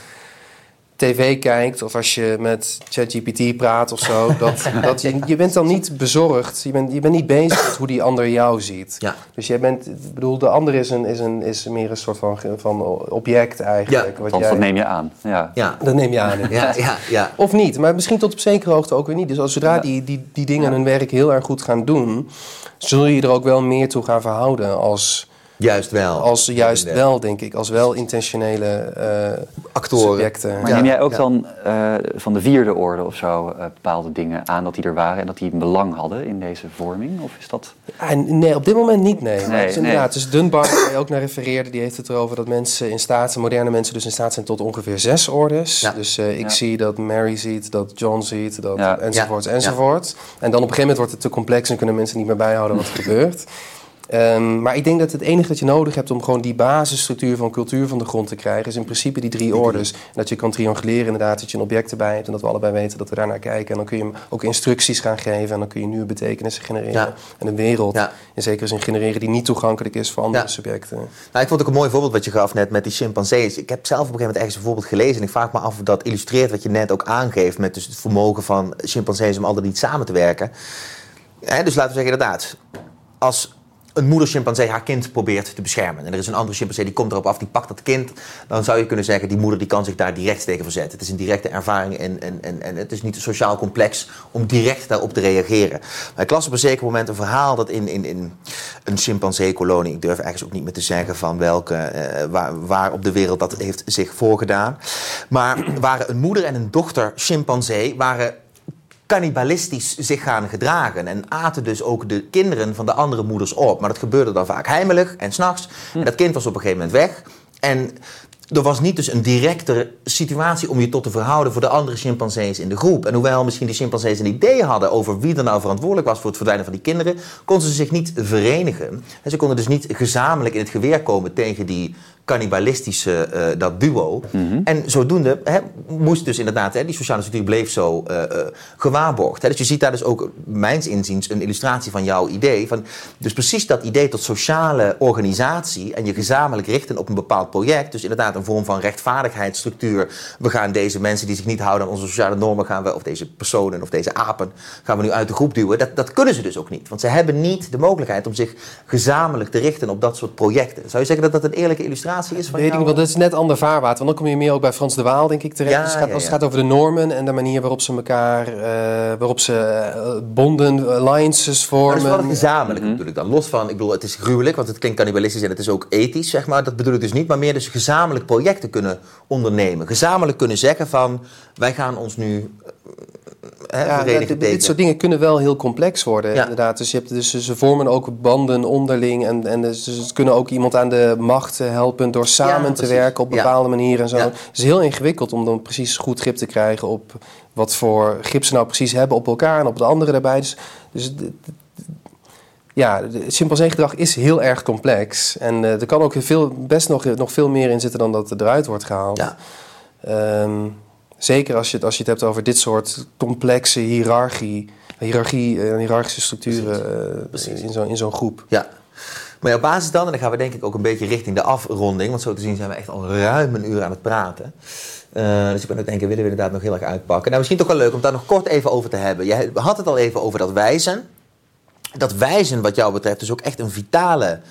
Speaker 3: tv kijkt of als je met ChatGPT praat of zo, dat je bent dan niet bezorgd. Je bent niet bezig met hoe die ander jou ziet. Ja. Dus jij bent, ik bedoel, de ander is meer een soort van object eigenlijk.
Speaker 2: Ja, dat neem je aan. Ja.
Speaker 3: Dat neem je aan. Ja. Of niet, maar misschien tot op zekere hoogte ook weer niet. Dus zodra die dingen hun werk heel erg goed gaan doen, zul je er ook wel meer toe gaan verhouden als...
Speaker 1: Juist wel,
Speaker 3: denk ik. Als wel intentionele actoren. Subjecten.
Speaker 2: Maar neem jij ook dan van de vierde orde of zo bepaalde dingen aan dat die er waren en dat die een belang hadden in deze vorming? Of is dat...
Speaker 3: Nee, op dit moment niet, nee. Dus Dunbar, waar je ook naar refereerde, die heeft het erover dat mensen in staat zijn, moderne mensen dus in staat zijn tot ongeveer 6 ordes. Ja. Dus ik zie dat Mary ziet, dat John ziet, dat enzovoort. En dan op een gegeven moment wordt het te complex en kunnen mensen niet meer bijhouden wat er gebeurt. Maar ik denk dat het enige dat je nodig hebt om gewoon die basisstructuur van cultuur van de grond te krijgen, is in principe die 3 ordes. En dat je kan trianguleren inderdaad, dat je een object erbij hebt en dat we allebei weten dat we daarnaar kijken. En dan kun je hem ook instructies gaan geven en dan kun je nieuwe betekenissen genereren. En een wereld in zekere zin genereren die niet toegankelijk is voor andere subjecten.
Speaker 1: Nou, ik vond ook een mooi voorbeeld wat je gaf net met die chimpansees. Ik heb zelf op een gegeven moment ergens een voorbeeld gelezen en ik vraag me af of dat illustreert wat je net ook aangeeft met dus het vermogen van chimpansees om altijd niet samen te werken. Dus laten we zeggen inderdaad, als een moeder chimpansee haar kind probeert te beschermen en er is een andere chimpansee die komt erop af, die pakt dat kind, dan zou je kunnen zeggen, die moeder die kan zich daar direct tegen verzetten. Het is een directe ervaring en het is niet sociaal complex om direct daarop te reageren. Maar ik las op een zeker moment een verhaal dat in een chimpansee-kolonie, ik durf eigenlijk ook niet meer te zeggen van welke, waar op de wereld dat heeft zich voorgedaan, maar waren een moeder en een dochter chimpansee waren cannibalistisch zich gaan gedragen en aten dus ook de kinderen van de andere moeders op. Maar dat gebeurde dan vaak heimelijk en 's nachts. En dat kind was op een gegeven moment weg. En er was niet dus een directe situatie om je tot te verhouden voor de andere chimpansees in de groep. En hoewel misschien die chimpansees een idee hadden over wie er nou verantwoordelijk was voor het verdwijnen van die kinderen, konden ze zich niet verenigen. En ze konden dus niet gezamenlijk in het geweer komen tegen die cannibalistische dat duo. Mm-hmm. En zodoende moest dus inderdaad, die sociale structuur bleef zo gewaarborgd. Dus je ziet daar dus ook, mijns inziens, een illustratie van jouw idee. Dus precies dat idee tot sociale organisatie en je gezamenlijk richten op een bepaald project. Dus inderdaad een vorm van rechtvaardigheidsstructuur. We gaan deze mensen die zich niet houden aan onze sociale normen, of deze personen of deze apen, gaan we nu uit de groep duwen. Dat kunnen ze dus ook niet. Want ze hebben niet de mogelijkheid om zich gezamenlijk te richten op dat soort projecten. Zou je zeggen dat dat een eerlijke illustratie is van
Speaker 3: jou? Want dat is net ander vaarwater. Want dan kom je meer ook bij Frans de Waal, denk ik, terecht. Het gaat over de normen en de manier waarop ze elkaar, bonden, alliances vormen.
Speaker 1: Maar dat is wel gezamenlijk natuurlijk dan. Los van, ik bedoel, het is gruwelijk, want het klinkt cannibalistisch en het is ook ethisch, zeg maar. Dat bedoel ik dus niet, maar meer dus gezamenlijk projecten kunnen ondernemen. Gezamenlijk kunnen zeggen van, wij gaan ons nu verenigen.
Speaker 3: Dit soort dingen kunnen wel heel complex worden, inderdaad. Dus ze vormen ook banden onderling en ze kunnen ook iemand aan de macht helpen door samen te werken op bepaalde manieren en zo. Het is heel ingewikkeld om dan precies goed grip te krijgen op wat voor grip ze nou precies hebben op elkaar en op de anderen daarbij. Dus het chimpansee-gedrag is heel erg complex. En er kan ook best nog veel meer in zitten dan dat eruit wordt gehaald. Ja. Zeker als je het hebt over dit soort complexe hiërarchische structuren in zo'n groep.
Speaker 1: Ja. Maar op basis dan, en dan gaan we denk ik ook een beetje richting de afronding, want zo te zien zijn we echt al ruim een uur aan het praten. Dus ik ben ook denken, willen we inderdaad nog heel erg uitpakken. Nou, misschien toch wel leuk om daar nog kort even over te hebben. Je had het al even over dat wijzen. Dat wijzen wat jou betreft dus ook echt een vitale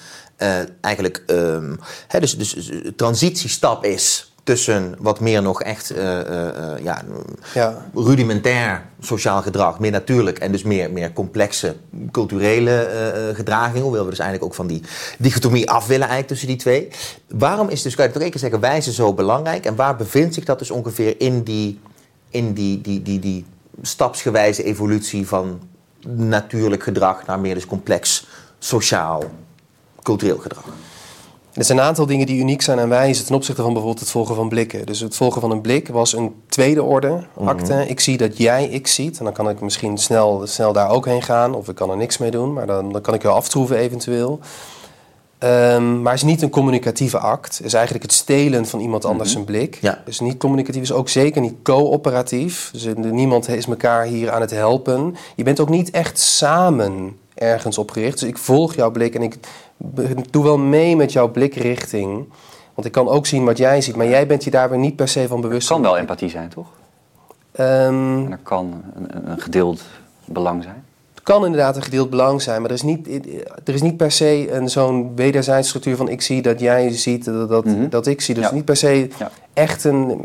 Speaker 1: dus transitiestap is tussen wat meer nog echt rudimentair sociaal gedrag, meer natuurlijk en dus meer complexe culturele gedragingen, hoewel we dus eigenlijk ook van die dichotomie af willen eigenlijk tussen die twee. Waarom is dus, kan je toch één keer zeggen, wijzen zo belangrijk en waar bevindt zich dat dus ongeveer in die stapsgewijze evolutie van natuurlijk gedrag naar meer dus complex sociaal cultureel gedrag?
Speaker 3: Er zijn een aantal dingen die uniek zijn aan wijzen ten opzichte van bijvoorbeeld het volgen van blikken. Dus het volgen van een blik was een tweede orde acte. Ik zie dat jij ik ziet en dan kan ik misschien snel daar ook heen gaan of ik kan er niks mee doen, maar dan kan ik je aftroeven eventueel. Maar het is niet een communicatieve act. Het is eigenlijk het stelen van iemand anders zijn blik. Ja. Dus niet communicatief, is ook zeker niet coöperatief. Dus niemand is elkaar hier aan het helpen. Je bent ook niet echt samen ergens op gericht. Dus ik volg jouw blik en ik doe wel mee met jouw blikrichting. Want ik kan ook zien wat jij ziet, maar jij bent je daar weer niet per se van bewust.
Speaker 2: Het kan wel empathie zijn, toch? En er kan een gedeeld belang zijn.
Speaker 3: Het kan inderdaad een gedeeld belang zijn, maar er is niet per se zo'n wederzijds structuur van ik zie dat jij ziet dat ik zie. Dus niet per se echt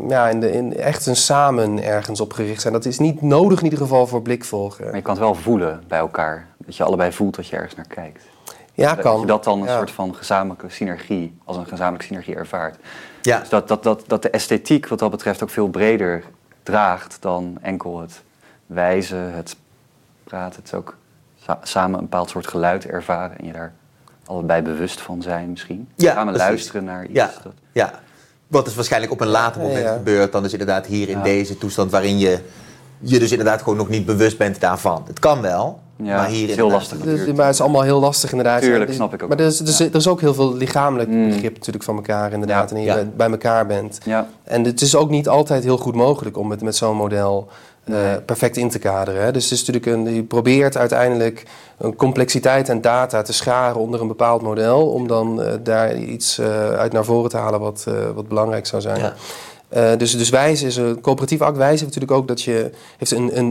Speaker 3: een samen ergens op gericht zijn. Dat is niet nodig in ieder geval voor blikvolgen.
Speaker 2: Maar je kan het wel voelen bij elkaar. Dat je allebei voelt dat je ergens naar kijkt.
Speaker 3: Ja, kan.
Speaker 2: Dat je dat dan een soort van gezamenlijke synergie, als een gezamenlijke synergie ervaart. Ja. Dus dat de esthetiek wat dat betreft ook veel breder draagt dan enkel het wijzen, het praten. Het is ook samen een bepaald soort geluid ervaren en je daar allebei bewust van zijn misschien.
Speaker 1: Ja,
Speaker 2: samen luisteren naar iets.
Speaker 1: Ja. Wat is waarschijnlijk op een later moment gebeurd dan dus inderdaad hier in deze toestand waarin je dus inderdaad gewoon nog niet bewust bent daarvan. Het kan wel.
Speaker 2: Ja,
Speaker 1: maar hier
Speaker 2: het is heel lastig.
Speaker 3: Maar het is allemaal heel lastig inderdaad.
Speaker 2: Tuurlijk, snap ik ook.
Speaker 3: Maar er is ook heel veel lichamelijk begrip natuurlijk van elkaar inderdaad. En je bij elkaar bent. Ja. En het is ook niet altijd heel goed mogelijk om met zo'n model perfect in te kaderen. Hè. Dus het is natuurlijk je probeert uiteindelijk een complexiteit en data te scharen onder een bepaald model. Om dan daar iets uit naar voren te halen wat belangrijk zou zijn. Ja. Dus wijzen is een coöperatief act. Wijzen heeft natuurlijk ook dat je heeft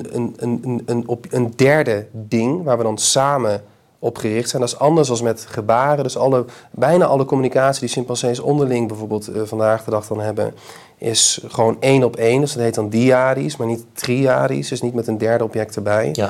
Speaker 3: een derde ding waar we dan samen op gericht zijn. Dat is anders dan met gebaren. Dus bijna alle communicatie die chimpansees onderling bijvoorbeeld vandaag de dag dan hebben, is gewoon 1 op 1. Dus dat heet dan diadisch, maar niet triadisch. Dus niet met een derde object erbij. Ja.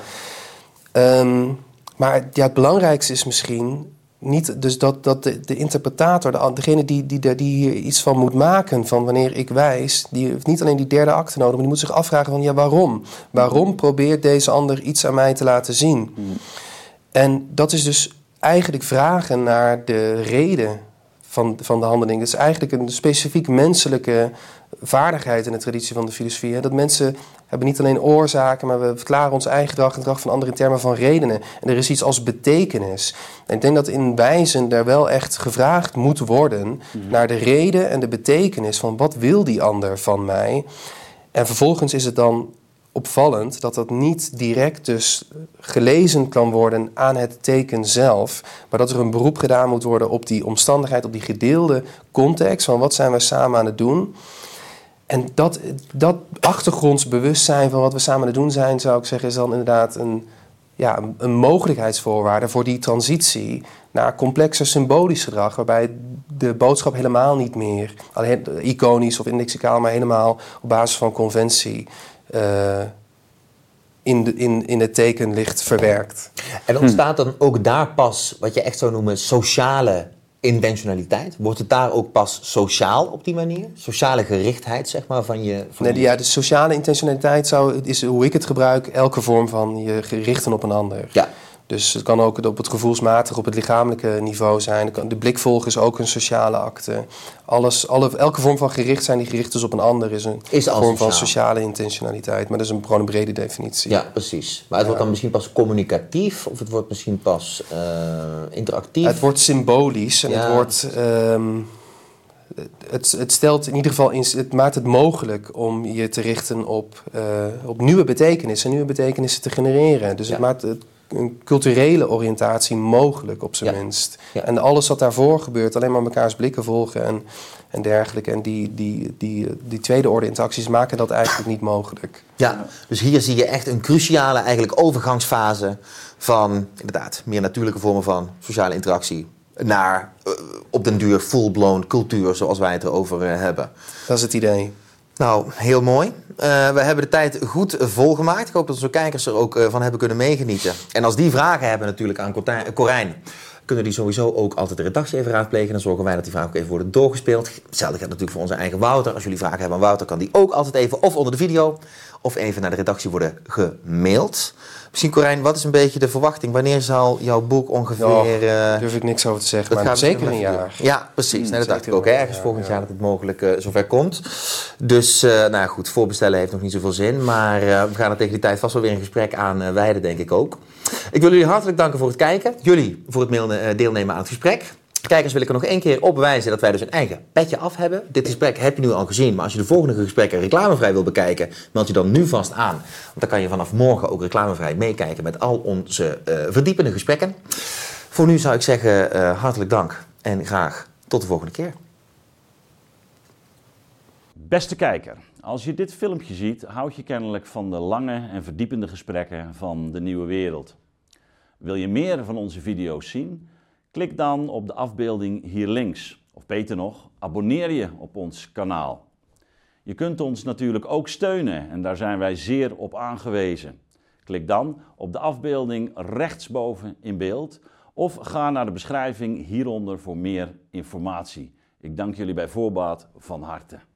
Speaker 3: Maar het belangrijkste is misschien niet dus dat de interpretator, degene die hier iets van moet maken van wanneer ik wijs, die heeft niet alleen die derde acte nodig, maar die moet zich afvragen van waarom? Waarom probeert deze ander iets aan mij te laten zien? En dat is dus eigenlijk vragen naar de reden van de handeling. Dat is eigenlijk een specifiek menselijke vaardigheid in de traditie van de filosofie. Hè? Dat mensen hebben niet alleen oorzaken, maar we verklaren ons eigen gedrag en het gedrag van anderen in termen van redenen. En er is iets als betekenis. En ik denk dat in wijzen daar wel echt gevraagd moet worden naar de reden en de betekenis van wat wil die ander van mij. En vervolgens is het dan opvallend dat dat niet direct dus gelezen kan worden aan het teken zelf, maar dat er een beroep gedaan moet worden op die omstandigheid, op die gedeelde context van wat zijn we samen aan het doen. En dat achtergrondsbewustzijn van wat we samen aan het doen zijn, zou ik zeggen, is dan inderdaad een mogelijkheidsvoorwaarde voor die transitie naar complexer symbolisch gedrag, waarbij de boodschap helemaal niet meer alleen iconisch of indexicaal, maar helemaal op basis van conventie in het teken ligt verwerkt.
Speaker 1: En ontstaat dan ook daar pas wat je echt zou noemen sociale intentionaliteit? Wordt het daar ook pas sociaal op die manier? Sociale gerichtheid, zeg maar, van je...
Speaker 3: De sociale intentionaliteit is, hoe ik het gebruik, elke vorm van je richten op een ander.
Speaker 1: Ja.
Speaker 3: Dus het kan ook op het gevoelsmatige, op het lichamelijke niveau zijn. De blikvolg is ook een sociale acte. Elke vorm van gericht zijn die gericht is op een ander is een vorm van sociale intentionaliteit. Maar dat is gewoon een brede definitie.
Speaker 1: Ja, precies. Maar het wordt dan misschien pas communicatief of het wordt misschien pas interactief?
Speaker 3: Het wordt symbolisch en het wordt... Het stelt in ieder geval het maakt het mogelijk om je te richten op nieuwe betekenissen en nieuwe betekenissen te genereren. Dus het maakt een culturele oriëntatie mogelijk, op zijn minst. Ja. En alles wat daarvoor gebeurt, alleen maar mekaars blikken volgen en dergelijke. En die tweede orde interacties maken dat eigenlijk niet mogelijk.
Speaker 1: Ja, dus hier zie je echt een cruciale eigenlijk overgangsfase van inderdaad meer natuurlijke vormen van sociale interactie naar op den duur full-blown cultuur zoals wij het erover hebben.
Speaker 3: Dat is het idee.
Speaker 1: Nou, heel mooi. We hebben de tijd goed volgemaakt. Ik hoop dat onze kijkers er ook van hebben kunnen meegenieten. En als die vragen hebben natuurlijk aan Corijn, kunnen die sowieso ook altijd de redactie even raadplegen. Dan zorgen wij dat die vragen ook even worden doorgespeeld. Hetzelfde geldt natuurlijk voor onze eigen Wouter. Als jullie vragen hebben aan Wouter, kan die ook altijd even of onder de video of even naar de redactie worden gemaild. Misschien, Corijn, wat is een beetje de verwachting? Wanneer zal jouw boek ongeveer...
Speaker 3: Daar durf ik niks over te zeggen, maar zeker een jaar.
Speaker 1: Ja, precies. Dat dacht ik ook. Ergens volgend jaar dat het mogelijk zover komt. Dus, nou goed, voorbestellen heeft nog niet zoveel zin. Maar we gaan er tegen die tijd vast wel weer een gesprek aan wijden, denk ik ook. Ik wil jullie hartelijk danken voor het kijken. Jullie voor het deelnemen aan het gesprek. Kijkers wil ik er nog één keer op bewijzen dat wij dus een eigen petje af hebben. Dit gesprek heb je nu al gezien, maar als je de volgende gesprekken reclamevrij wil bekijken, meld je dan nu vast aan. Want dan kan je vanaf morgen ook reclamevrij meekijken met al onze verdiepende gesprekken. Voor nu zou ik zeggen hartelijk dank en graag tot de volgende keer.
Speaker 4: Beste kijker, als je dit filmpje ziet, houd je kennelijk van de lange en verdiepende gesprekken van de nieuwe wereld. Wil je meer van onze video's zien? Klik dan op de afbeelding hier links. Of beter nog, abonneer je op ons kanaal. Je kunt ons natuurlijk ook steunen en daar zijn wij zeer op aangewezen. Klik dan op de afbeelding rechtsboven in beeld of ga naar de beschrijving hieronder voor meer informatie. Ik dank jullie bij voorbaat van harte.